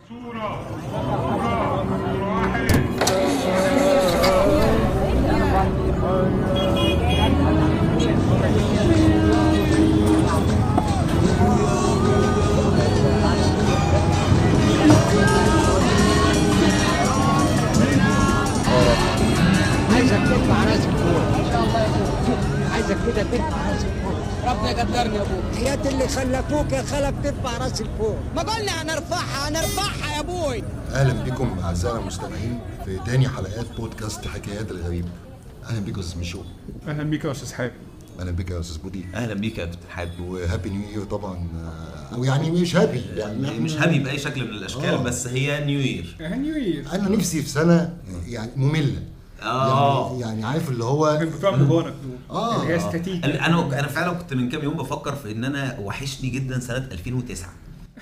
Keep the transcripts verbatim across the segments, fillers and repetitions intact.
صورة صورة واحد. عايزك ترفع راسك فوق ان شاء الله يا ابوك، عايزك كده ترفع راسك فوق. ربنا يقدرني يا ابوك. حياة اللي خلفوك يا خلف ترفع راسك فوق. ما قلنا هنرفعها هنرفعها يا ابوي. اهلا بكم اعزائنا المستمعين في تاني حلقات بودكاست حكايات الغريب. اهلا بيكم يا استاذ مشو. اهلا بيك يا استاذ حابب. اهلا بك يا استاذ بودي. اهلا بيك يا كابتن حابب. وهابي نيو يير طبعا، او يعني مش هابي يعني مش هابي باي شكل من الاشكال آه. بس هي نيو يير. نيو يير. انا نفسي في سنه يعني ممله. اه يعني, يعني عارف اللي هو بتوع مبارك دول اه اللي هي استاتيك. انا انا فعلا كنت من كام يوم بفكر في ان انا وحشني جدا سنه ألفين وتسعة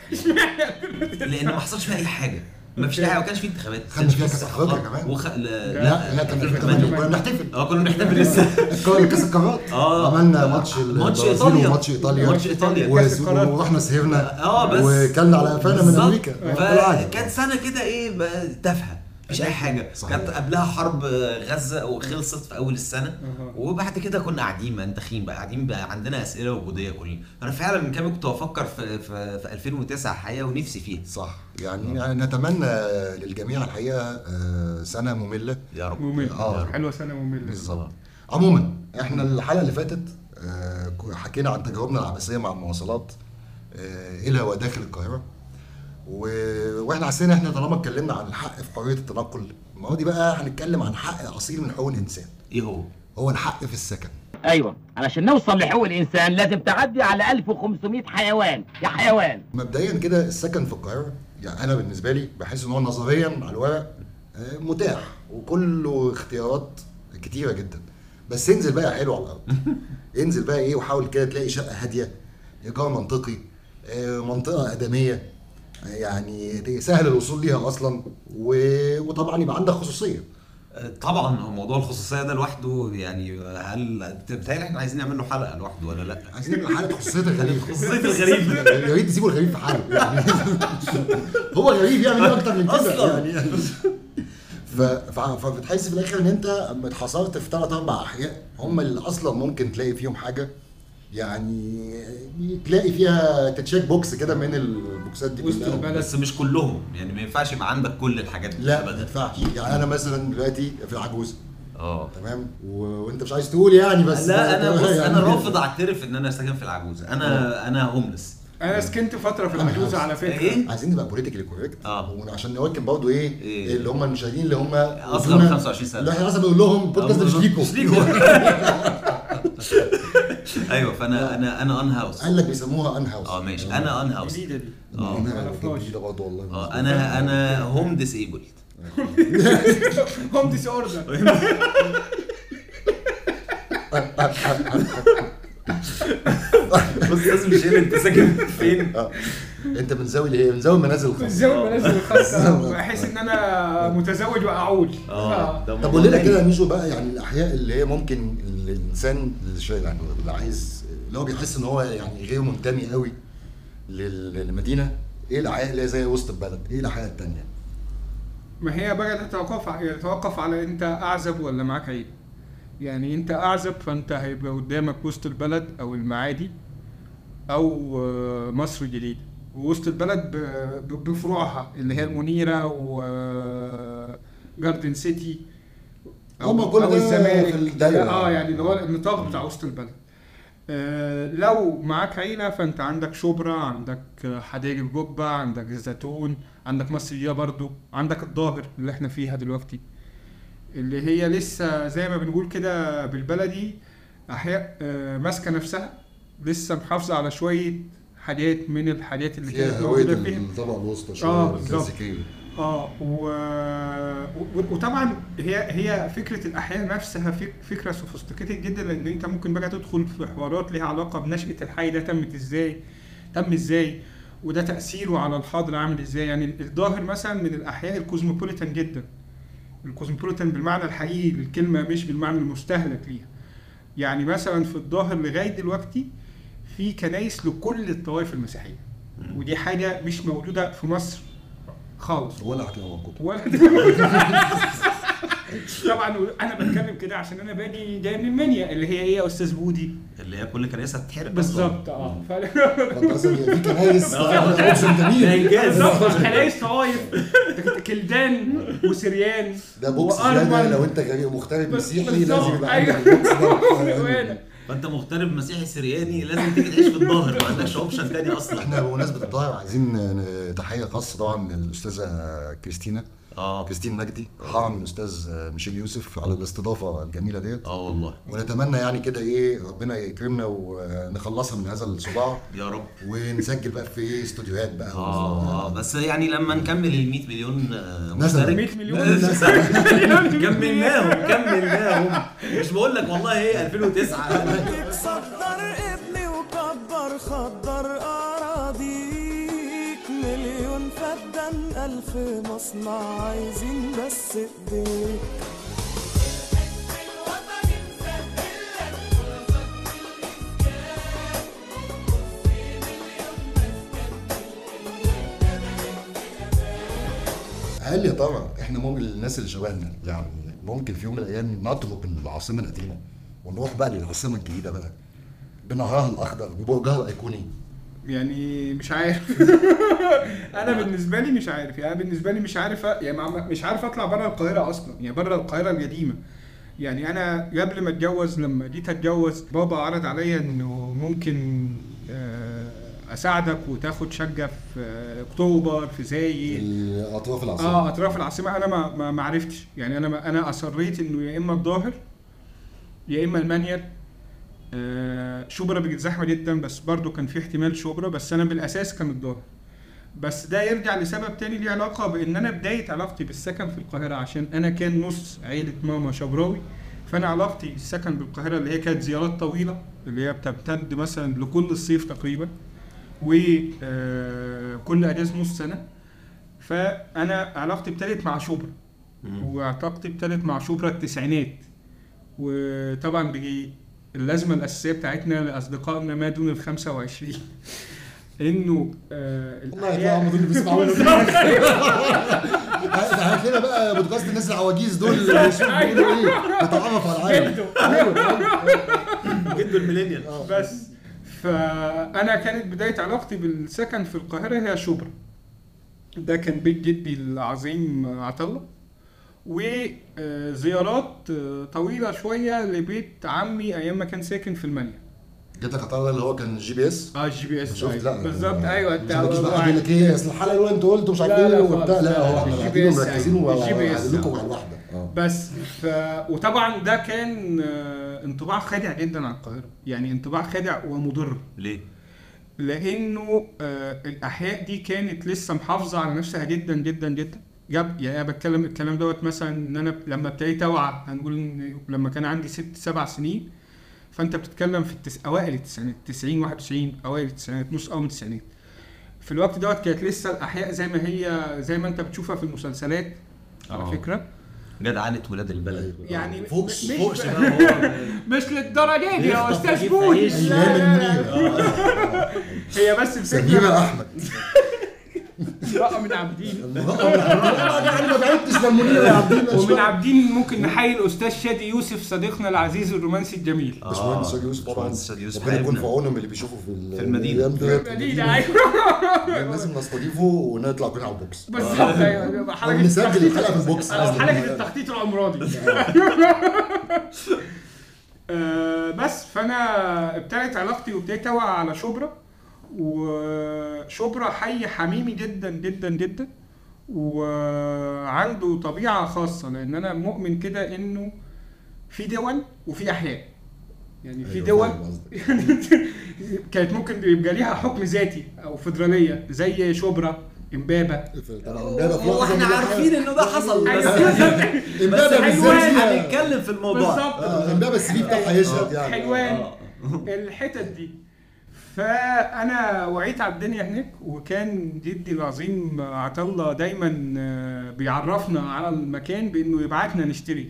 لان ما حصلش فيها اي حاجه، ما فيش حاجه، ما كانش في انتخابات، خدنا فيها كاس افريقيا كمان وخ... لا لا لا كان في كمان كنا بنحتفل اه كنا بنحتفل لسه كاس القارات. اه عملنا ماتش ماتش ايطاليا وماتش ايطاليا ماتش ايطاليا ورحنا سهرنا اه بس وكلنا على قفانا من امريكا. فكانت سنه كده ايه تافهه، مفيش اي حاجه. كانت قبلها حرب غزه وخلصت في اول السنه، وبعد كده كنا قاعدين منتخين بقى، قاعدين بقى عندنا اسئله وجوديه كلنا. انا فعلا من كام كنت بفكر في في, في ألفين وتسعة الحقيقه ونفسي فيه. صح يعني آه. نتمنى للجميع الحقيقه سنه ممله يا رب. ممله آه. حلوه سنه ممله بالظبط. عموما احنا الحلقه اللي فاتت حكينا عن تجاربنا العبثيه مع المواصلات الى وداخل القاهره، و... واحنا حسينا احنا طالما اتكلمنا عن الحق في حريه التنقل، المره دي بقى هنتكلم عن حق اصيل من حقوق الانسان. ايه هو؟ هو الحق في السكن. ايوه، علشان نوصل لحقوق الانسان لازم تعدي على ألف وخمسمية حيوان يا حيوان. مبدئيا كده السكن في القاهره يعني انا بالنسبه لي بحس ان هو نظريا على الورق متاح وكله اختيارات كتيره جدا، بس انزل بقى حلو على الارض. انزل بقى ايه وحاول كده تلاقي شقه هاديه، ايجار منطقي، منطقه ادميه يعني سهل الوصول ليها اصلا، وطبعا يبقى عندك خصوصيه. طبعا موضوع الخصوصيه ده لوحده يعني، هل بتهيألي احنا عايزين نعمل له حلقه لوحده ولا لا؟ عايزين نعمل حلقه خصوصيه الغريب. خصوصيه الغريب يا ريت تسيبوا الغريب في حاله يعني. هو غريب يعمل ايه اكتر من كده يعني. فبتحس في الاخر ان انت اتحصرت في ثلاث اربع احياء هم اللي اصلا ممكن تلاقي فيهم حاجه، يعني تلاقي فيها تتشيك بوكس كده من البوكسات دي كلها، بس مش كلهم يعني. ما ينفعش يبقى عندك كل الحاجات دي. لا ما ينفعش يعني. انا مثلا دلوقتي في العجوزه اه تمام و... وانت مش عايز تقول يعني، بس لا انا بص يعني انا رافض اعترف ان انا ساكن في العجوزه. انا أوه. انا هوملس. انا سكنت فتره في العجوزه على فكره. إيه؟ عايزين نبقى بوليتيكلي كوريكت اه وعشان نواكب برضه ايه, إيه اللي هم المشاهدين اللي هم اصغر من خمسة وعشرين سنه، اللي احنا لازم نقول لهم بودكاست مش ليكم مش ليكم. ايوه فانا انا انا ان هاوس. قال لك بيسموها ان هاوس. اه ماشي انا ان هاوس جديده دي. اه ما اعرفهاش جديده برضه والله. اه انا انا هوم ديسيبلد. هوم ديس اوردر. بص لازم مش انت ساكن فين؟ انت من زاويه ايه؟ من زاويه المنازل الخاصه. من زاويه المنازل الخاصه بحس ان انا متزوج واعول. اه طب قول لنا كده ميشو بقى يعني الاحياء اللي هي ممكن الانسان اللي يعني اللي عايز اللي هو بيحس ان هو يعني غير منتمي قوي للمدينه، ايه الاحياء اللي زي وسط البلد؟ ايه الاحياء الثانيه؟ ما هي بقى تتوقف يتوقف على انت اعزب ولا معاك عيله. يعني انت اعزب فانت هيبقى قدامك وسط البلد او المعادي او مصر الجديده، ووسط البلد بفروعها اللي هي المنيره وجاردن سيتي هم كل الزمالك. اه يعني اللي هو النطاق بتاع وسط البلد. آه لو معاك عيله فانت عندك شبرا، عندك حدائق الجبه، عندك الزيتون، عندك مصر الجديده برضو، عندك الظاهر اللي احنا فيها دلوقتي اللي هي لسه زي ما بنقول كده بالبلدي احياء آه ماسكه نفسها، لسه محافظه على شويه حاجات من الحاجات اللي كانت موجوده فيها طبعا الوسطى شويه اه كلاسيكيه. اه و... وطبعا هي هي فكره الاحياء نفسها فك... فكره سوفيستيكيتد جدا، لان انت ممكن بقى تدخل في حوارات ليها علاقه بنشاه الحي ده تمت ازاي تم ازاي وده تاثيره على الحاضر عامل ازاي. يعني الظاهر مثلا من الاحياء الكوزموبوليتان جدا، الكوزموبوليتان بالمعنى الحقيقي للكلمه مش بالمعنى المستهلك ليها. يعني مثلا في الظاهر لغايه دلوقتي في كنايس لكل الطوائف المسيحيه، ودي حاجه مش موجوده في مصر خالص ولا هتلاقي موجود ولا طبعا انا بتكلم كده عشان انا باجي جاي من المنيا اللي هي ايه يا استاذ بودي اللي هي كل كنيسه تتحرق بالظبط. اه اصلا في كنايس اوبشن جميل بالظبط، كنايس طوايف كلدان وسريان ده بوكس وأرمن. زياده لو انت غريب مغترب مسيحي لازم بالظبط، يبقى أيوة. عندك البوكس ده. فانت مغترب مسيحي سرياني لازم تيجي تعيش في الظاهر، ما عندكش اوبشن تاني اصلا. احنا بمناسبه الظاهر عايزين تحيه خاصه طبعا للاستاذه كريستينا اه كريستين مجدي، حرم الاستاذ ميشيل يوسف على الاستضافه الجميله ديت. اه والله ونتمنى يعني كده ايه ربنا يكرمنا ونخلصها من هذا الصداع يا رب، ونسجل بقى في ايه استوديوهات بقى. اه اه بس يعني لما نكمل ال مية مليون آه، نزل. مشترك مية مليون كملناهم كملناهم مش بقول لك والله هي ألفين وتسعة. صدر ابني وكبر خضر اراضيك، مليون فدان الف مصنع عايزين بس ايديك. هل يا ترى احنا ممكن الناس اللي شبهنا يعني ممكن في يوم من الايام نترك العاصمه القديمه ونروح بقى للعاصمه الجديده بقى بنهرها الاخضر ببرجها الايقوني؟ يعني مش عارف انا بالنسبه لي مش عارف يعني بالنسبه لي مش عارف يعني مش عارف اطلع بره القاهره اصلا، يعني بره القاهره القديمه. يعني انا قبل ما اتجوز لما جيت اتجوز بابا عرض عليا انه ممكن اساعدك وتاخد شقه في اكتوبر في زايد اطراف العاصمه. اه اطراف العاصمه. انا ما ما عرفتش يعني انا ما انا اصريت انه يا اما الظاهر يا اما المنيل. آه شبرا بقت زحمه جدا بس برضو كان في احتمال شبرا، بس انا بالاساس كان الظاهر. بس ده يرجع لسبب تاني ليه علاقه بان انا بدايه علاقتي بالسكن في القاهره عشان انا كان نص عيله ماما شبراوي، فانا علاقتي السكن بالقاهره اللي هي كانت زيارات طويله اللي هي بتمتد مثلا لكل الصيف تقريبا وكل اجازه نص سنه. فانا علاقتي ابتدت مع شبرا وعلاقتي ابتدت مع شبرا التسعينات. وطبعا بيجي اللازمه الاساسيه بتاعتنا لاصدقائنا ما دون ال خمسة وعشرين انه والله يا عم دول اللي بيسمعوا لنا هات لنا بقى بودكاست الناس العواجيز دول اللي بيشوفوا بيقولوا ايه نتعرف على العالم جدوا الميلينيال. بس فانا كانت بدايه علاقتي بالسكن في القاهره هي شبرا. ده كان بيت جدي العظيم عطله، وزيارات طويله شويه لبيت عمي ايام ما كان ساكن في المنيا. جاتك عطله اللي هو كان جي بي اس؟ اه الجي بي اس شفت. لا بالظبط ايوه انت بقول لك ايه اصل الحلقه الاولى انت قلت مش عارف ايه وبتاع. لا هو احنا قاعدين مركزين وقاعدين لكم على الواحده. بس ف... وطبعا ده كان انطباع خادع جدا عن القاهره، يعني انطباع خادع ومضر. ليه؟ لانه آه الاحياء دي كانت لسه محافظه على نفسها جدا جدا جدا. جاب يعني انا بتكلم الكلام دوت مثلا ان انا لما ابتديت اوعى هنقول لما كان عندي ست سبع سنين، فانت بتتكلم في التس... اوائل التسعينات تسعين واحد وتسعين اوائل التسعينات نص او من التسعينات. في الوقت دوت كانت لسه الاحياء زي ما هي زي ما انت بتشوفها في المسلسلات على أوه. فكره جدعنة ولاد البلد يعني فوقش مش فوقش بقى هو مش للدرجه دي يا استاذ بودي. هي بس سميرة الفكره احمد بقى من عابدين يعني ما بعدتش للمنير يا عابدين. ومن عابدين ممكن نحيي الاستاذ شادي يوسف صديقنا العزيز الرومانسي الجميل. باشمهندس شادي يوسف طبعا شادي يوسف ربنا يكون في عونهم اللي بيشوفوا في في المدينة. المدينه ايوه لازم نستضيفه ونطلع كلنا على البوكس بالظبط ايوه حلقه نسجل الحلقه في البوكس أو حلقه التخطيط العمراني. آه بس فانا ابتدت علاقتي وابتديت اوعى على شبرا، وشبرا حي حميمي جدا جدا جدا وعنده طبيعه خاصه، لان انا مؤمن كده انه في دول وفي احياء. يعني في دول كانت ممكن يبقى ليها حكم ذاتي او فدراليه زي شبرا امبابه. هو احنا عارفين انه ده حصل بس امبابه بالذات هنتكلم في الموضوع بالظبط. امبابه السي في بتاعها يشهد يعني حلوان الحتت دي. فانا وعيت على الدنيا هناك، وكان جدي العظيم عطله دايما بيعرفنا على المكان بانه يبعتنا نشتري.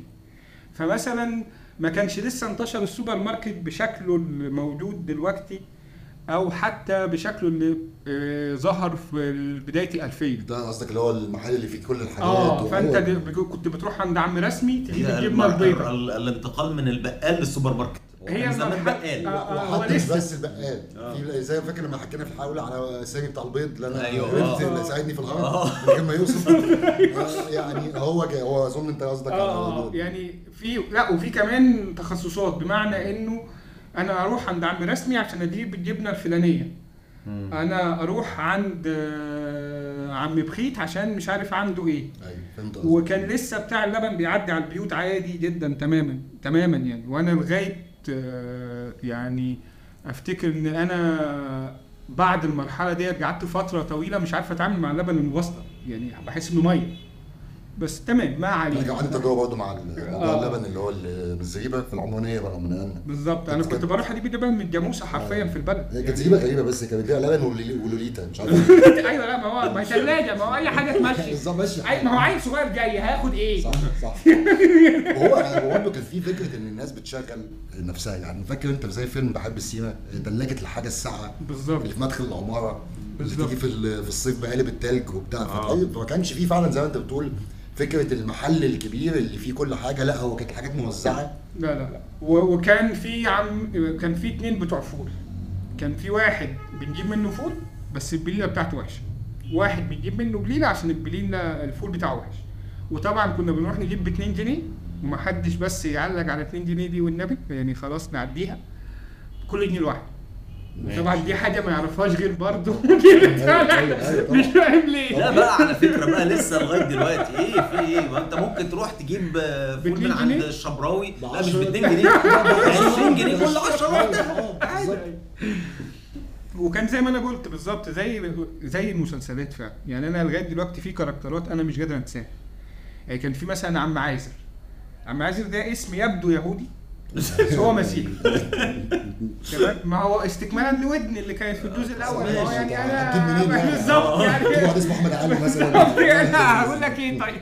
فمثلا ما كانش لسه انتشر السوبر ماركت بشكله الموجود دلوقتي او حتى بشكله اللي آه، ظهر في بدايه الألفين. ده قصدك اللي هو المحل اللي فيه كل الحاجات؟ اه فانت دي كنت بتروح عند عم رسمي تجيب هي الجبنه المر- البيضاء. ال- الانتقال من البقال للسوبر ماركت. هي كان زمان المرحلة- بقال. آه. هو وحتى مش لسه. بس البقال، في زي فاكر لما حكينا في الحلقه على السامي بتاع البيض اللي انا أيوة. قلت آه. اللي ساعدني في الغرض آه. من غير ما يوصف. آه، يعني هو جا- هو اظن انت قصدك على اه دول. يعني في لا وفي كمان تخصصات، بمعنى انه انا اروح عند عم رسمي عشان اجيب الجبنه الفلانيه، انا اروح عند آه، عم بخيت عشان مش عارف عنده ايه. ايوه فهمت قصدك. وكان لسه بتاع اللبن بيعدي على البيوت عادي جدا تماما تماما يعني. وانا لغايه آه، يعني افتكر ان انا بعد المرحله دي قعدت فتره طويله مش عارف اتعامل مع اللبن المبسطر، يعني بحس انه ميه. بس تمام ما علينا. انا كان عندي تجربه برضه مع موضوع آه. اللبن اللي هو بالزريبه في العمرانيه بقى من انا. بالظبط انا كنت بروح اجيب اللبن من الجاموسه حرفيا في البلد. هي كانت زريبه غريبه بس كانت بتبيع لبن ولولي- ولوليتا مش عارف. ايوه لا ما هو ما هي ثلاجه، ما هو اي حاجه تمشي. بالظبط ماشي. أي- ما هو عيل صغير جاي هياخد ايه؟ صح صح. وهو هو برضه كان في فكره ان الناس بتشغل نفسها، يعني فاكر انت زي فيلم بحب السيما ثلاجه الحاجه الساعه بالظبط. اللي في مدخل العماره اللي بالظبط. تيجي في ال- في الصيف بقالب التلج وبتاع. فتلاقي ما كانش فيه فعلا زي ما انت بتقول فكره المحل الكبير اللي فيه كل حاجه، لا هو كانت حاجات موزعه. لا لا لا و- وكان في عم كان في اتنين بتوع فول. كان في واحد بنجيب منه فول بس البليله بتاعته وحشه، واحد بنجيب منه بليله عشان البليله الفول بتاعه وحش. وطبعا كنا بنروح نجيب ب اتنين جنيه ومحدش بس يعلق على اتنين جنيه دي والنبي، يعني خلاص نعديها كل جنيه لوحده. طبعا دي حاجه ما يعرفهاش غير برضه مش فاهم ليه. لا بقى على فكره بقى لسه لغايه دلوقتي ايه في ايه، ما انت ممكن تروح تجيب آه، فول من باتنين عند جنيه؟ الشبراوي، لا مش بعشرة. ب اتنين جنيه عشرين جنيه كل عشرة واحده. بالظبط. وكان زي ما انا قلت بالظبط زي زي المسلسلات فعلا. يعني انا لغايه دلوقتي في كاركترات انا مش قادر انساها. يعني كان في مثلا عم عازر. عم عازر ده اسم يبدو يهودي بس هو مسيحي. تمام. ما هو استكمالا لودن اللي كانت في الجزء الاول. ما هو يعني هتجيب منين انا يعني؟ بالظبط يعني في واحد اسمه احمد علي مثلا. انا هقول لك ايه طيب.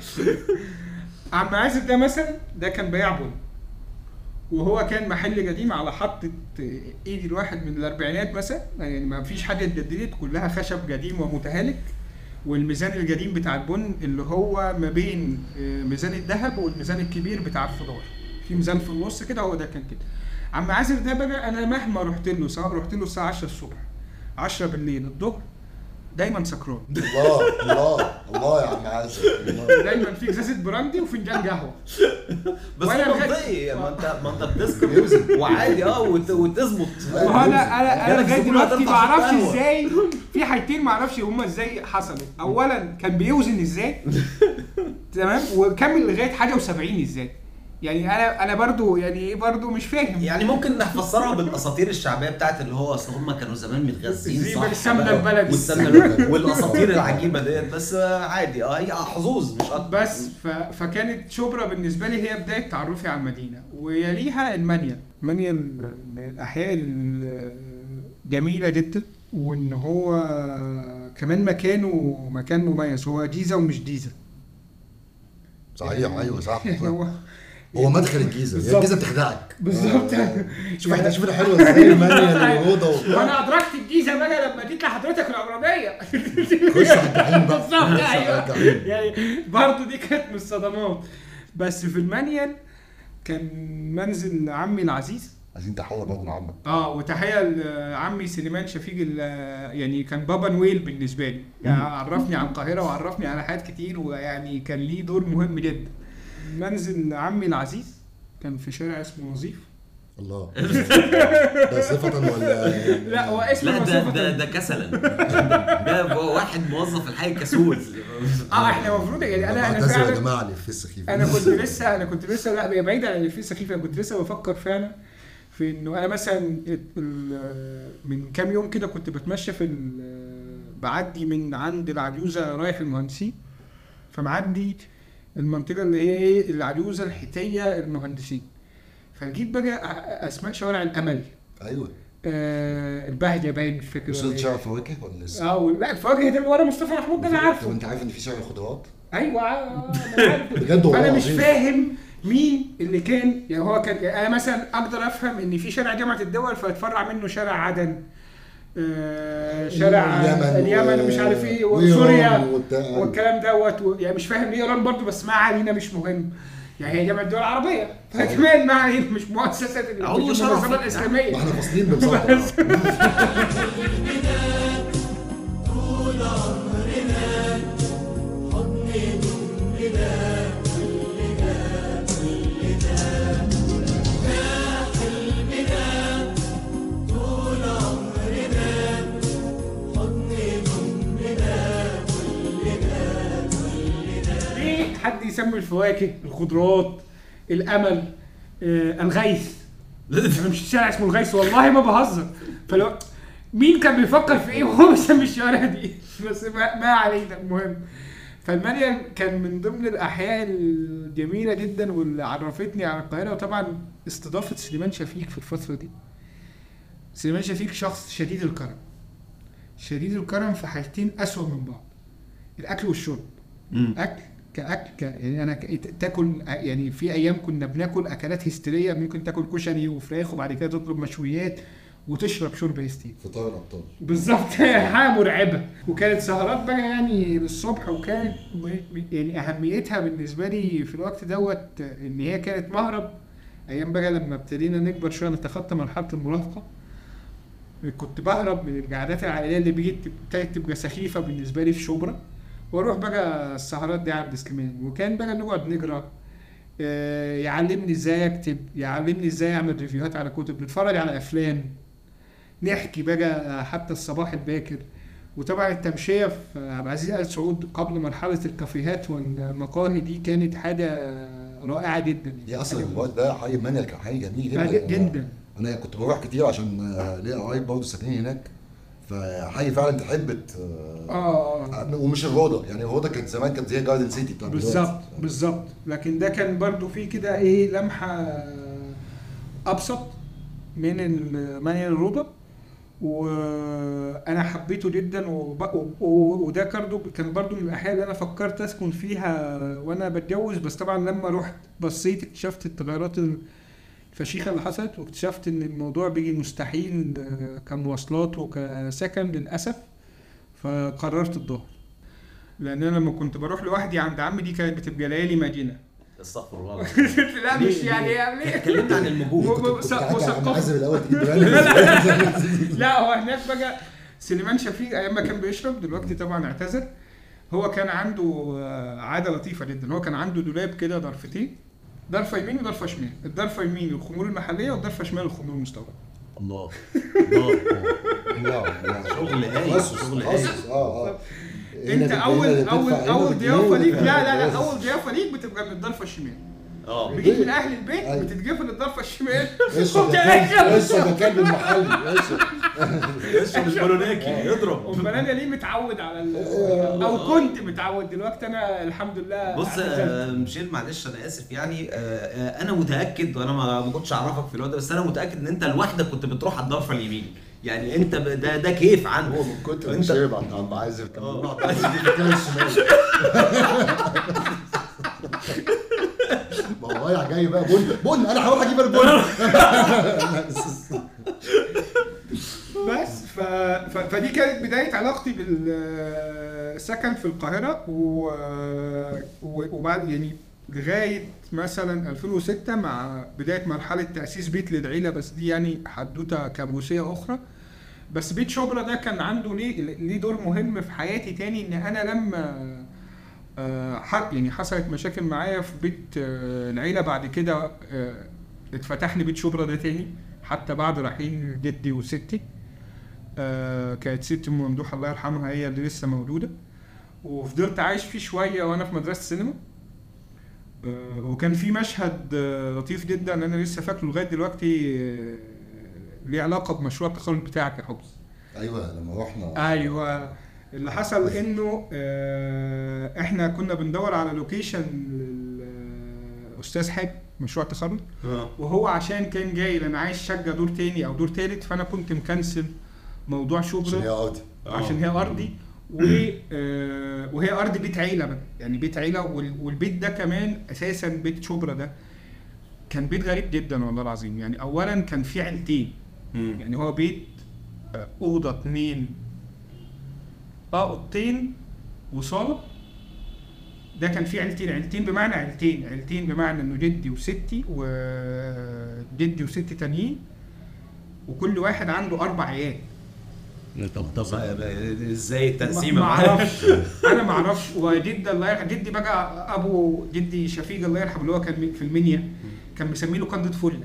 عم عازر ده مثلا ده كان بياع بن، وهو كان محل قديم على حطة ايد الواحد من الاربعينات مثلا، يعني ما فيش حاجه اتجددت كلها خشب قديم ومتهالك. والميزان القديم بتاع البن اللي هو ما بين ميزان الذهب والميزان الكبير بتاع الخضار، في ميزان في النص كده، هو ده كان كده. عم عازر ده بقى انا مهما رحت له، سواء رحت له الساعه عشرة الصبح عشرة بالليل الظهر، دايما سكران. الله الله الله يا عم عازر. دايما في ازازه براندي وفنجان قهوه. بس وأنا هو لغاية- منطقي، ما انت ما انت بتسكر وعادي اه وت- وتظبط. وانا انا انا لغايه الزبون دلوقتي هترفع ما اعرفش القهوة. ازاي في حاجتين، ما اعرفش هما ازاي حصلوا. اولا كان بيوزن ازاي تمام، وكمل لغايه حاجه وسبعين ازاي. يعني انا انا برضو يعني ايه برضو مش فاهم. يعني ممكن نفسرها بالاساطير الشعبيه بتاعت اللي هو اصل هم كانوا زمان متغذين زي صح بالسمنة بقى، البلدي. والسمنه البلدي والاساطير العجيبه ديت. بس آه، عادي اه هي حظوظ مش اكتر. بس ف... فكانت شبرا بالنسبه لي هي بدايه تعرفي على المدينه، ويليها المانيال. المانيال من الاحياء الجميله جدا، وان هو كمان مكانه مكان مميز. هو جيزه ومش جيزه. صحيح ايوه صح. هو هو مدخل الجيزه، هي بالظبط. الجيزه بتخدعك بالظبط. شوف احنا شوف حلوه ازاي المانيال والاوضه وبتاع. وانا ادركت الجيزه بقى لما جيت لحضرتك العمرانيه. خش على الجحيم بقى. بالظبط خش على ايوه. الجحيم. يعني برضه دي كانت من الصدمات. بس في المانيال كان منزل عمي العزيز. عايزين تحول برضه مع عمك. اه وتحيه لعمي سليمان شفيق ال- يعني كان بابا نويل بالنسبه لي. يعني عرفني عن القاهره وعرفني على حاجات كتير، ويعني كان ليه دور مهم جدا. منزل عمي العزيز كان في شارع اسمه نظيف. الله. ده صفة ولا؟ لا هو اسمه لا ده وصفة. ده ده كسلا. ده هو واحد موظف الحي كسول. اه احنا المفروض يعني انا انا اعتذر يا فعلا جماعه اللي في السخيف. انا كنت لسه انا كنت لسه لا بعيد عن في سخيفه. انا كنت لسه بفكر فعلا في انه انا مثلا ال- من كام يوم كده كنت بتمشى في ال- بعدي من عند العجوزه رايح المهندسين، فمعدي المنطقه اللي هي ايه العجوزه الحيتيه المهندسين. فجيت بقى اسماء شوارع الامل، ايوه. آه البهجه باين مش فاكر وصلت شارع فواكه ولا لسه؟ اه لا الفواكه ده اللي ورا مصطفى محمود ده انا طب عارفه. انت عارف ان في شارع خضروات؟ ايوه آه، انا عارف. بجد والله فانا مش العظيم. فاهم مين اللي كان يعني هو كان يعني انا مثلا اقدر افهم ان في شارع جامعه الدول فيتفرع منه شارع عدن، آه شارع اليمن اليمن و- ومش عارف ايه وإيران وسوريا والت- والكلام دوت و- يعني مش فاهم ليه ايران برضو، بس ما علينا مش مهم. يعني هي جامعه الدول العربيه فكمان ما علينا، مش مؤسسات عضو مش شرفي. المنظمه الاسلاميه. ما احنا فاصلين بمصالحه. ليه حد يسمي الفواكه الخضروات الامل آه الغيث؟ انا مش شارع اسمه الغيث والله ما بهزر. فلو مين كان بيفكر في ايه وهو بيسمي الشوارع دي؟ بس ما, ما علينا. المهم فالمانيا كان من ضمن الاحياء الجميله جدا واللي عرفتني على القاهره، وطبعا استضافه سليمان شفيق في الفتره دي. سليمان شفيق شخص شديد الكرم، شديد الكرم في حاجتين اسوأ من بعض: الاكل والشرب. اكل كاكل ك... يعني انا ك... تاكل يعني في ايام كنا بناكل اكلات هستيريه، ممكن تاكل كشري وفراخ وبعد كده تطلب مشويات وتشرب شرب هستيري. فطار الابطال بالظبط. حاجه مرعبه. وكانت سهرات بقى يعني للصبح، وكانت م- يعني اهميتها بالنسبه لي في الوقت دوت ان هي كانت مهرب. ايام بقى لما ابتدينا نكبر شويه نتخطى مرحله المراهقه، كنت بهرب من القعدات العائليه اللي بيجي ابتدت تبقى سخيفه بالنسبه لي في شبرا، واروح بقى السهرات دي عند سليمان. وكان بقى نقعد نقرا، آه، يعلمني ازاي اكتب، يعلمني ازاي اعمل ريفيوهات على كتب، نتفرج على افلام، نحكي بقى حتى الصباح الباكر. وطبعا التمشيه في عبد العزيز آل سعود قبل مرحله الكافيهات والمقاهي دي كانت حاجه رائعه جدا. دي اصلا الوقت ده حي المانيا كان حي جميل جدا حاجة جدا. انا كنت بروح كتير عشان آه، ليا قرايب برضه ساكنين هناك، فحي فعلا تحب ت- اه ومش الروضه، يعني الروضه كانت زمان كانت زي جاردن سيتي بتاع دلوقتي. بالظبط بالظبط. لكن ده كان برضو فيه كده ايه لمحه ابسط من المانيا الروضه، وانا حبيته جدا. وب- و- و- وده برضو كان برضو من الاحياء اللي انا فكرت اسكن فيها وانا بتجوز، بس طبعا لما رحت بصيت اكتشفت التغيرات الفشيخه اللي حصلت، واكتشفت ان الموضوع بيجي مستحيل آه، كمواصلات وكسكن للاسف. فقررت الظهر، لان انا لما كنت بروح لوحدي عند عمي دي كانت بتبقى ليالي مدينه. استغفر الله. لا مش يعني يعني اتكلمنا عن المجهود. كنت قاعد على مثقف. المعزب الاول تجيب لا هو هناك بقى سليمان شفيق ايام ما كان بيشرب، دلوقتي طبعا اعتذر. هو كان عنده آه، عاده لطيفه جدا. هو كان عنده دولاب كده ضرفتين، ضرفه يمين وضرفه شمال. الضرفه يمين الخمور المحليه والضرفه شمال الخمور المستورده. الله الله. لا شغل هايل شغل هايل. اه اه انت اول اول اول ضيافه ليك، لا لا لا اول ضيافه ليك بتبقى من الضرفه الشمال. اه بيجيب من اهل البيت أيوة. بتتقفل الضرفه الشمال. اشرب يا كلب، اشرب يا كلب المحلي، اشرب اشرب البولوناكي اضرب. امال انا ليه متعود على ال- او كنت متعود. دلوقتي انا الحمد لله بص اعتزلت. آه، مشيل معلش انا اسف يعني آه، آه، انا متاكد وانا ما ما كنتش اعرفك في الوقت ده، بس انا متاكد ان انت لوحدك كنت بتروح على الضرفه اليمين. يعني انت ب- ده ده كيف عنده. هو من كتر ما انت- شرب عند عم عازف كان آه. بيروح عايز يجيب الكلب الشمال. ما هو رايح جاي بقى بن بن انا هروح اجيب البن. بس ف... ف... فدي كانت بدايه علاقتي بالسكن في القاهره و... و... وبعد يعني لغايه مثلا ألفين وستة مع بدايه مرحله تاسيس بيت للعيله، بس دي يعني حدوته كابوسيه اخرى. بس بيت شبرا ده كان عنده ليه ليه دور مهم في حياتي تاني. ان انا لما آه، ح- يعني حصلت مشاكل معايا في بيت آه، العيله، بعد كده آه، اتفتح لي بيت شبرا ده تاني حتى بعد رحيل جدي وستي. آه، كانت ستي ام ممدوحه الله يرحمها هي اللي لسه موجوده، وفضلت عايش فيه شويه وانا في مدرسه سينما. آه، وكان في مشهد آه، لطيف جدا انا لسه فاكره لغايه دلوقتي، آه، ليه علاقه بمشروع التخرج بتاعك يا حبس. ايوه لما رحنا ايوه اللي حصل انه آه، احنا كنا بندور على لوكيشن للاستاذ حاج مشروع التخرج، وهو عشان كان جاي لان عايز شقه دور تاني او دور تالت، فانا كنت مكنسل موضوع عشان هي شبرا ارضي. عشان هي ارضي و آه، وهي ارض بيت عيله بقى، يعني بيت عيله. وال- والبيت ده كمان اساسا بيت شبرا ده كان بيت غريب جدا والله العظيم. يعني اولا كان فيه عيلتين، يعني هو بيت اوضه اتنين اه اوضتين وصاله. ده كان فيه عيلتين، عيلتين بمعنى عيلتين عيلتين بمعنى انه جدي وستي وجدي وستي تانيين، وكل واحد عنده اربع عيال. طب طب ازاي التقسيمه؟ ما اعرفش انا ما اعرفش. وجدي الله يرحمه، جدي بقى ابو جدي شفيق الله يرحمه اللي هو كان في المنيا، كان مسمي له قندة فله.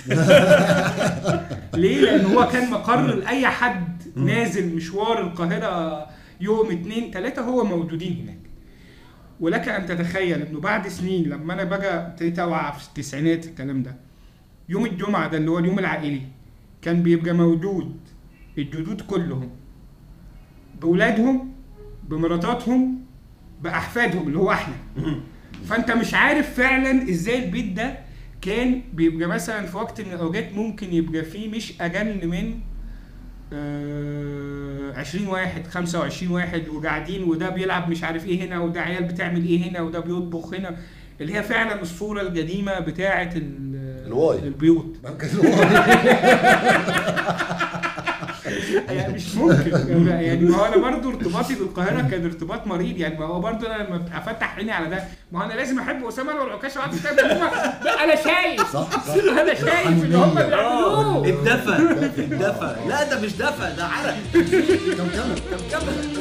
ليه؟ لان هو كان مقر لاي حد نازل مشوار القاهره يوم اتنين تلاته هو موجودين هناك. ولك ان تتخيل انه بعد سنين لما انا بقى ابتديت اوعى في التسعينات الكلام ده، يوم الجمعه ده اللي هو اليوم العائلي كان بيبقى موجود الجدود كلهم باولادهم بمراتاتهم باحفادهم اللي هو احنا. فانت مش عارف فعلا ازاي البيت ده كان بيبقى مثلا في وقت من الاوقات ممكن يبقى فيه مش اقل من آه عشرين واحد خمسة وعشرين واحد وقاعدين، وده بيلعب مش عارف ايه هنا، وده عيال بتعمل ايه هنا، وده بيطبخ هنا، اللي هي فعلا الصوره القديمه بتاعه البيوت. يعني مش ممكن يعني. ما هو انا برضو ارتباطي بالقاهره كان ارتباط مريض يعني. ما هو برضو انا لما افتح عيني على ده، ما هو انا لازم احب اسامه والعكاش وعبد الستار. انا شايف صح صح انا شايف ان هم بيعملوه الدفى الدفى. لا ده مش دفى، ده عرق. كم كم كم كم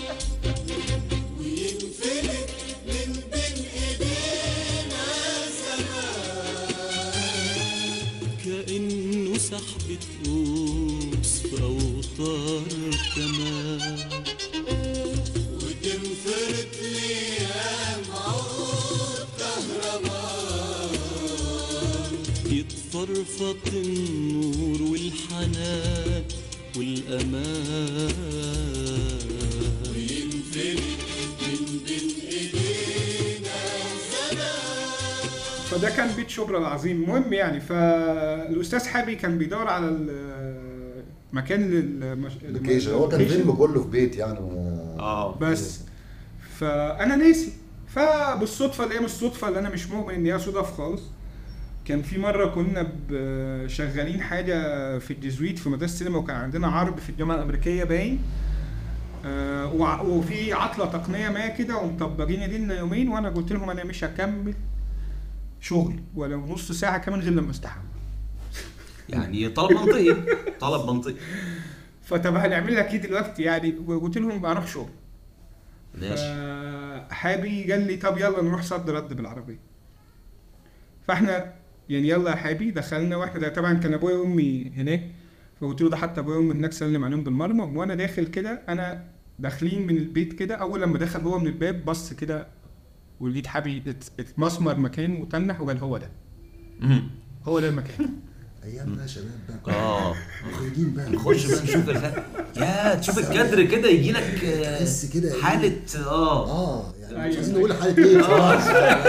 كأنه سحبة قوس في أوتار كمان، وتنفرد ليها معود كهرباء، يتفرفط النور والحنان والأمان، وينفرد من بين إيدينا زمان. فده كان بيت شبرا العظيم. المهم يعني فالاستاذ حابي كان بيدور على المكان للمكيش. هو كان فيلم كله في بيت يعني اه بس. فانا ناسي، فبالصدفه اللي هي مش صدفه، اللي انا مش مؤمن ان هي صدف خالص، كان في مره كنا شغالين حاجه في الجزويت في مدرسه السينما، وكان عندنا عرض في الجامعه الامريكيه باين، آه وفي عطله تقنيه ما كده، ومطبقين لنا يومين، وانا قلت لهم انا مش هكمل شغل ولو نص ساعه كمان غير لما استحمل. يعني طلب منطقي طلب منطقي. فطب هنعمل لك ايه دلوقتي يعني؟ وقلت لهم بروح شغل. ماشي. حابي قال لي طب يلا نروح صد رد بالعربيه. فاحنا يعني يلا يا حابي دخلنا، واحنا طبعا كان ابويا وامي هناك، فقلت له ده حتى ابويا وامي هناك سلم عليهم بالمرمى. وانا داخل كده، انا داخلين من البيت كده، اول لما دخل هو من الباب بص كده ولقيت حابي اتمسمر مكانه وتنح وقال هو ده هو ده المكان. ايام بقى شباب بقى اه خارجين بقى نخش بقى نشوف الفن. يا تشوف الكادر كده يجي لك تحس كده حاله اه اه يعني مش عايزين نقول حاله ايه خلاص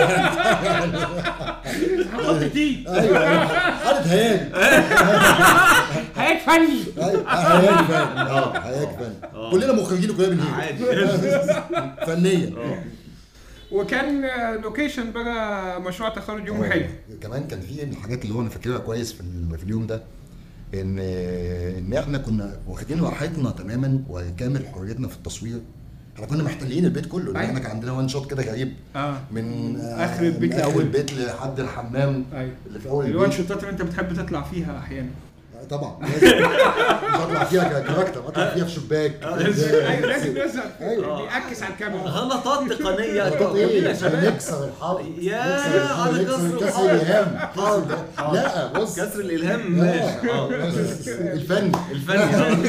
هحط دي ايوه حاله هياج هياج فني. ايوه هياج فني اه هياج فني كلنا مخرجين وكلنا بنهيج عادي فنيا. وكان لوكيشن بقى مشروع تخرج يوم حلو. كمان كان في من الحاجات اللي هو انا فاكرها كويس في, في اليوم ده، ان ان احنا كنا واخدين راحتنا تماما وكامل حريتنا في التصوير. احنا كنا محتلين البيت كله، لان احنا كان عندنا وان شوت كده غريب اه من اخر البيت من اخر البيت لحد الحمام أيوة. اللي في اول البيت. الوان شوتات اللي انت بتحب تطلع فيها احيانا. طبعا لازم مش هطلع فيها ككاركتر، اطلع فيها في شباك. ايوه لازم لازم بيعكس على الكاميرا. غلطات تقنيه نكسر الحائط يا على كسر كسر الالهام. لا بص كسر الالهام ماشي اه الفن الفن.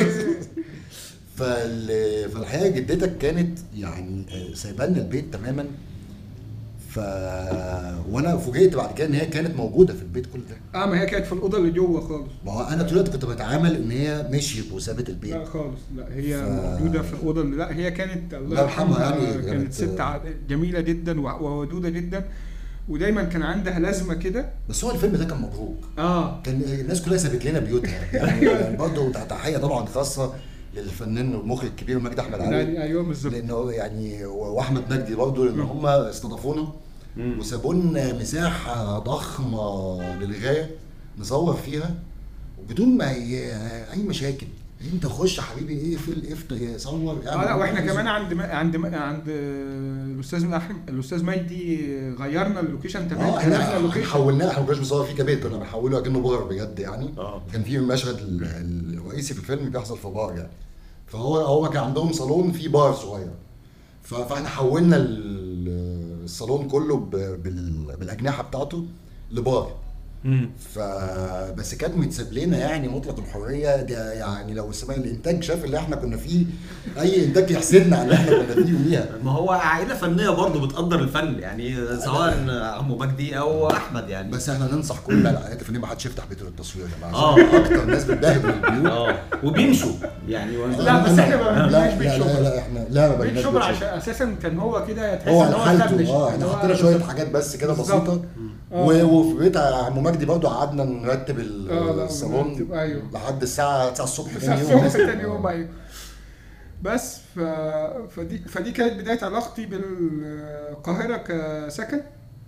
فال فالحقيقه جدتك كانت يعني سايبه لنا البيت تماما. ف وانا فوجئت بعد كده ان هي كانت موجوده في البيت كل ده. اه ما هي كانت في الاوضه اللي جوه خالص. ما هو انا طول الوقت كنت بتعامل ان هي مشيت وسابت البيت. لا خالص، لا هي ف... موجوده في الاوضه اللي لا هي كانت الله يرحمها يعني كانت ست جميله جدا وودوده جدا، ودايما كان عندها لازمه كده. بس هو الفيلم ده كان مبروك. اه كان الناس كلها سابت لنا بيوتها يعني برضه تحيه طبعا خاصه للفنان والمخرج الكبير مجدي احمد علي. ايوه بالظبط. لانه يعني واحمد مجدي برضه لان هم استضافونا وسابوا لنا مساحه ضخمه للغايه نصور فيها وبدون ما اي مشاكل. انت خش حبيبي ايه في الافت صور اه لا واحنا كمان عند م... عند م... عند الاستاذ احمد الاستاذ مجدي غيرنا اللوكيشن تماما. اه احنا حولناه، احنا ما كناش بنصور فيه كبيت، كنا بنحوله اكنه بار بجد يعني. اه كان في المشهد الرئيسي في الفيلم بيحصل في بار يعني، فهو هو كان عندهم صالون فيه بار صغير، فاحنا حولنا الصالون كله بالاجنحه بتاعته لبار. فبس كانت متساب لنا يعني مطلق الحريه ده يعني. لو اسمها الانتاج شاف اللي احنا كنا فيه، اي انتاج يحسدنا على اللي احنا كنا فيه ويها. ما هو عائله فنيه برضه بتقدر الفن يعني، سواء عمو مجدي او احمد يعني. بس احنا ننصح كل العائلات الفنيه ما حدش يفتح بيته للتصوير يا جماعه. اه اكتر ناس بتبهدل البيوت اه وبيمشوا يعني. لا بس احنا ما بنبناش بيت شغل. لا لا احنا لا ما بيت بنبناش شغل عشان اساسا كان هو كده تحس هو ان هو حالته. اه احنا حطينا شويه حاجات بس كده بسيطه. وفي بيت عمو مجدي برضه قعدنا نرتب الصالون أيوه. لحد الساعه تسعة الصبح ثاني يوم ثاني يوم ايوه. بس ف... فدي فدي كانت بدايه علاقتي بالقاهره كسكن.